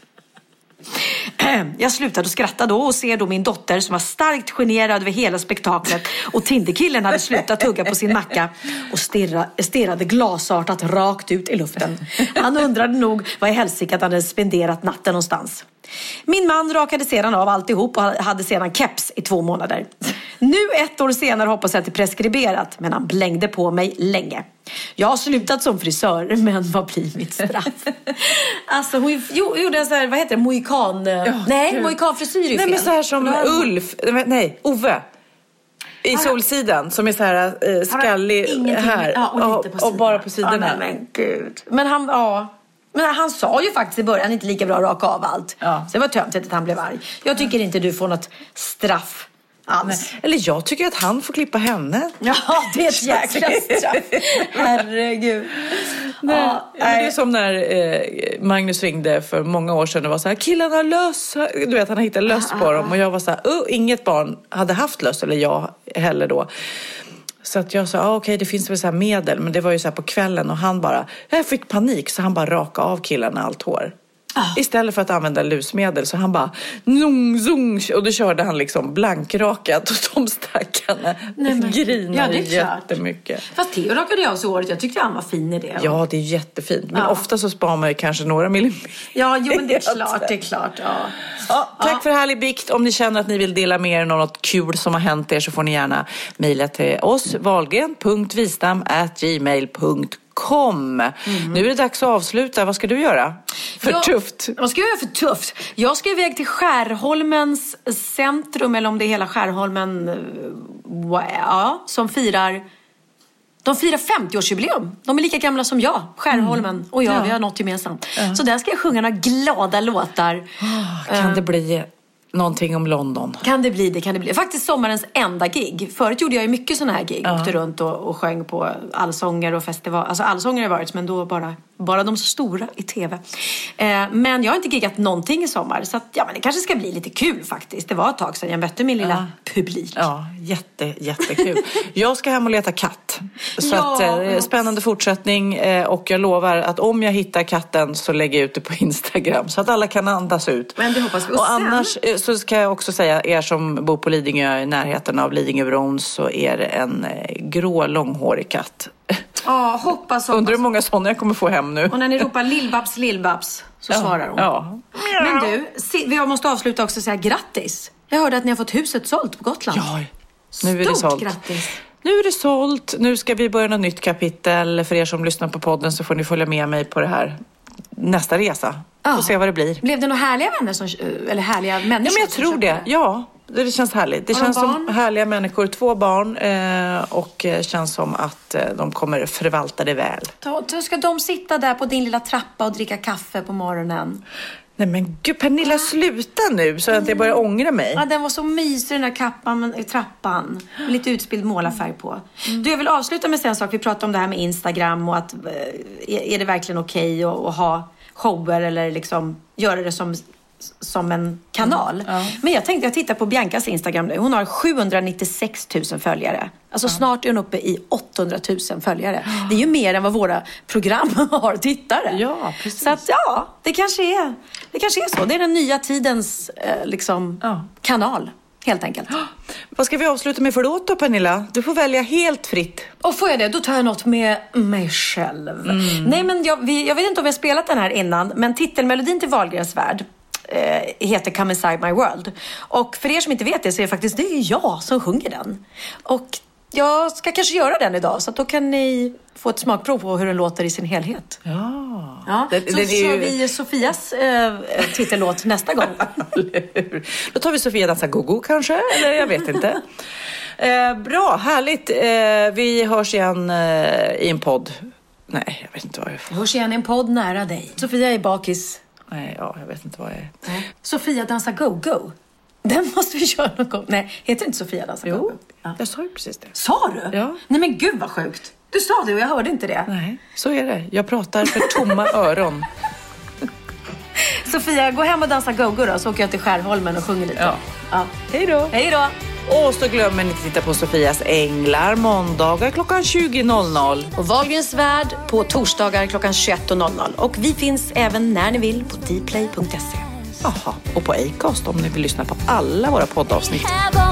Jag slutade skratta då och ser då min dotter som var starkt generad över hela spektaklet och Tinderkillen hade slutat tugga på sin macka och stirrade glasartat rakt ut i luften. Han undrade nog vad i helsike att han hade spenderat natten någonstans. Min man rakade sedan av alltihop och hade sedan keps i 2 månader. Nu 1 år senare hoppas jag att det preskriberat, men han blängde på mig länge. Jag har slutat som frisör, men vad blir mitt straff? Alltså hon gjorde en så här, vad heter det, mohikan? Mohikanfrisyr är fel. Nej, men så här som Ove i Solsidan som är så här skallig här och bara på sidorna. Men gud. Men han sa ju faktiskt i början inte lika bra att raka av allt. Så det var töntigt att han blev arg. Jag tycker inte du får något straff alls. Eller jag tycker att han får klippa henne. Ja, det är ett jäkla straff. Herregud. Det är som när Magnus ringde för många år sedan och var så här, killarna har löss. Du vet, han har hittat löss på dem. Och jag var så här, inget barn hade haft löss, eller jag heller då. Så att jag sa, okej, det finns väl så här medel. Men det var ju så här på kvällen och jag fick panik så han bara raka av killarna allt hår. Istället för att använda lusmedel så han bara och då körde han liksom blankrakat och de stackarna grinade jättemycket. Fast Theo rakade jag så året, jag tyckte han var fin i det. Ja, det är jättefint. Men ofta så sparar man ju kanske några millimeter. Ja, jo, men det är klart. Tack för härlig bikt. Om ni känner att ni vill dela med er något kul som har hänt er så får ni gärna mejla till oss wahlgren.vistam@gmail.com. Nu är det dags att avsluta. Vad ska du göra? Tufft. Vad ska jag göra för tufft? Jag ska iväg till Skärholmens centrum, eller om det är hela Skärholmen, som firar 50-årsjubileum. De är lika gamla som jag, Skärholmen och jag, vi har något gemensamt. Så där ska jag sjunga några glada låtar. Kan det bli någonting om London? Kan det bli. Faktiskt sommarens enda gig. Förut gjorde jag ju mycket sådana här gig. Åkte runt och sjöng på allsånger och festival. Alltså allsånger har varit, men då bara de så stora i tv. Men jag har inte giggat någonting i sommar. Så att, men det kanske ska bli lite kul faktiskt. Det var ett tag sedan jag mötte min lilla publik. Ja, jättekul. Jag ska hem och leta katt. Så att, spännande fortsättning. Och jag lovar att om jag hittar katten så lägger jag ut det på Instagram. Så att alla kan andas ut. Men det hoppas vi. Och annars så ska jag också säga, er som bor på Lidingö i närheten av Lidingöbron, så är det en grå långhårig katt. Ja, hoppas. Undrar hur många sådana jag kommer få hem nu. Och när ni ropar lillbabs så svarar hon. Ja. Men du, jag måste avsluta också och säga grattis. Jag hörde att ni har fått huset sålt på Gotland. Ja, nu är det sålt. Grattis. Nu är det sålt. Nu ska vi börja något nytt kapitel. För er som lyssnar på podden så får ni följa med mig på det här nästa resa. Och se vad det blir. Blev det några härliga vänner eller härliga människor? Ja, men jag tror det. Ja. det känns härligt. Det känns som härliga människor, 2 barn och känns som att de kommer förvalta det väl. Då ska de sitta där på din lilla trappa och dricka kaffe på morgonen. Nej men gud, Pernilla, sluta nu så att jag börjar ångra mig. Ja, den var så mysig den där kappan i trappan. Med lite utspilld målarfärg på. Du, jag vill avsluta med en sak. Vi pratade om det här med Instagram och att är det verkligen okej att ha shower eller liksom göra det som en kanal. Men jag tittar på Biancas Instagram nu. Hon har 796 000 följare. Alltså snart är hon uppe i 800 000 följare. Det är ju mer än vad våra program har tittare. Ja, precis. Så att det kanske är så. Det är den nya tidens kanal, helt enkelt. Vad ska vi avsluta med för låt då, Pernilla? Du får välja helt fritt. Och får jag det? Då tar jag något med mig själv. Nej, men jag vet inte om jag spelat den här innan, men titelmelodin till Wahlgrens värld heter Come Inside My World. Och för er som inte vet det så är faktiskt det jag som sjunger den. Och jag ska kanske göra den idag, så att då kan ni få ett smakprov på hur den låter i sin helhet. Ja. Så kör vi Sofias titellåt nästa gång. Då tar vi Sofia dansar go-go kanske, eller jag vet inte. Bra, härligt. Vi hörs igen i en podd. Nej, jag vet inte vad jag är. Vi hörs igen i en podd nära dig. Sofia är bakis. Nej, jag vet inte vad jag är. Sofia dansar go-go. Den måste vi köra någon gång. Nej, heter det inte Sofia dansar go-go? Jo, jag sa ju precis det. Sa du? Ja. Nej men gud vad sjukt. Du sa det och jag hörde inte det. Nej, så är det. Jag pratar för tomma öron. Sofia, gå hem och dansa go-go då, så åker jag till Skärholmen och sjunger lite. Ja. Hej då. Hej då. Och så glömmer ni inte titta på Sofias Änglar måndagar klockan 20.00. Och Wahlgrens värld på torsdagar klockan 21.00. Och vi finns även när ni vill på dplay.se. Jaha, och på Acast om ni vill lyssna på alla våra poddavsnitt.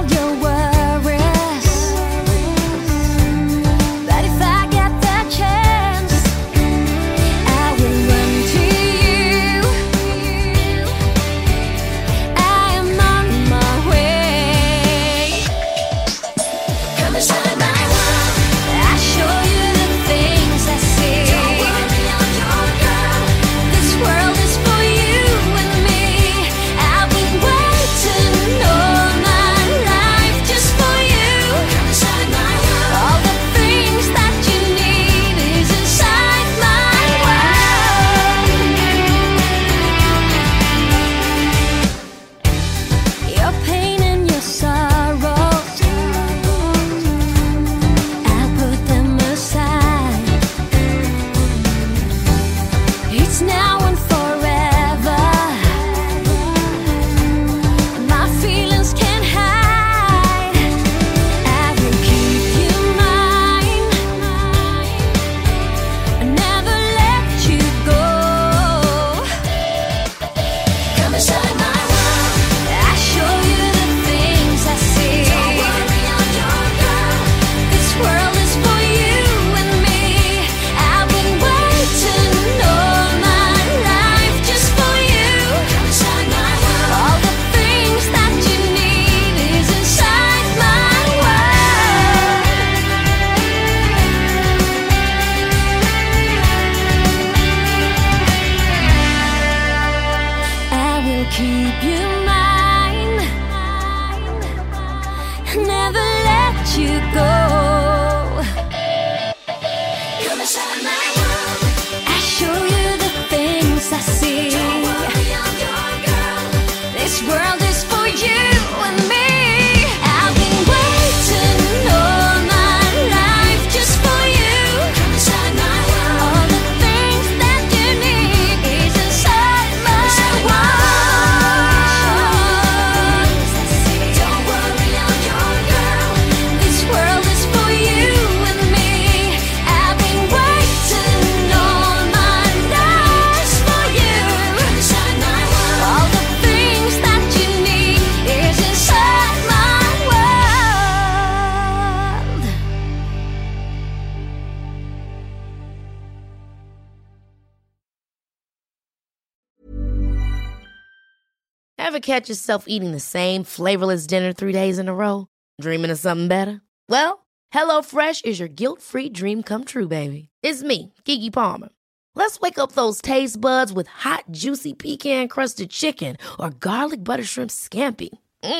Ever catch yourself eating the same flavorless dinner 3 days in a row? Dreaming of something better? Well, HelloFresh is your guilt-free dream come true, baby. It's me, Keke Palmer. Let's wake up those taste buds with hot, juicy pecan-crusted chicken or garlic butter shrimp scampi.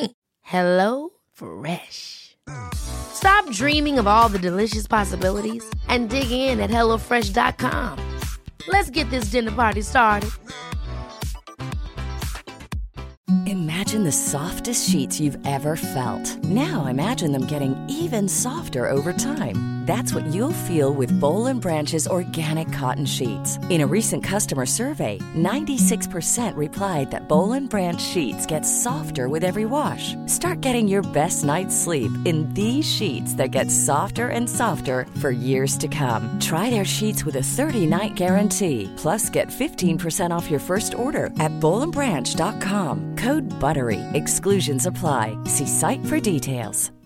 Hello Fresh. Stop dreaming of all the delicious possibilities and dig in at HelloFresh.com. Let's get this dinner party started. Imagine the softest sheets you've ever felt. Now imagine them getting even softer over time. That's what you'll feel with Boll & Branch's organic cotton sheets. In a recent customer survey, 96% replied that Boll & Branch sheets get softer with every wash. Start getting your best night's sleep in these sheets that get softer and softer for years to come. Try their sheets with a 30-night guarantee. Plus, get 15% off your first order at BollandBranch.com. Code BUTTERY. Exclusions apply. See site for details.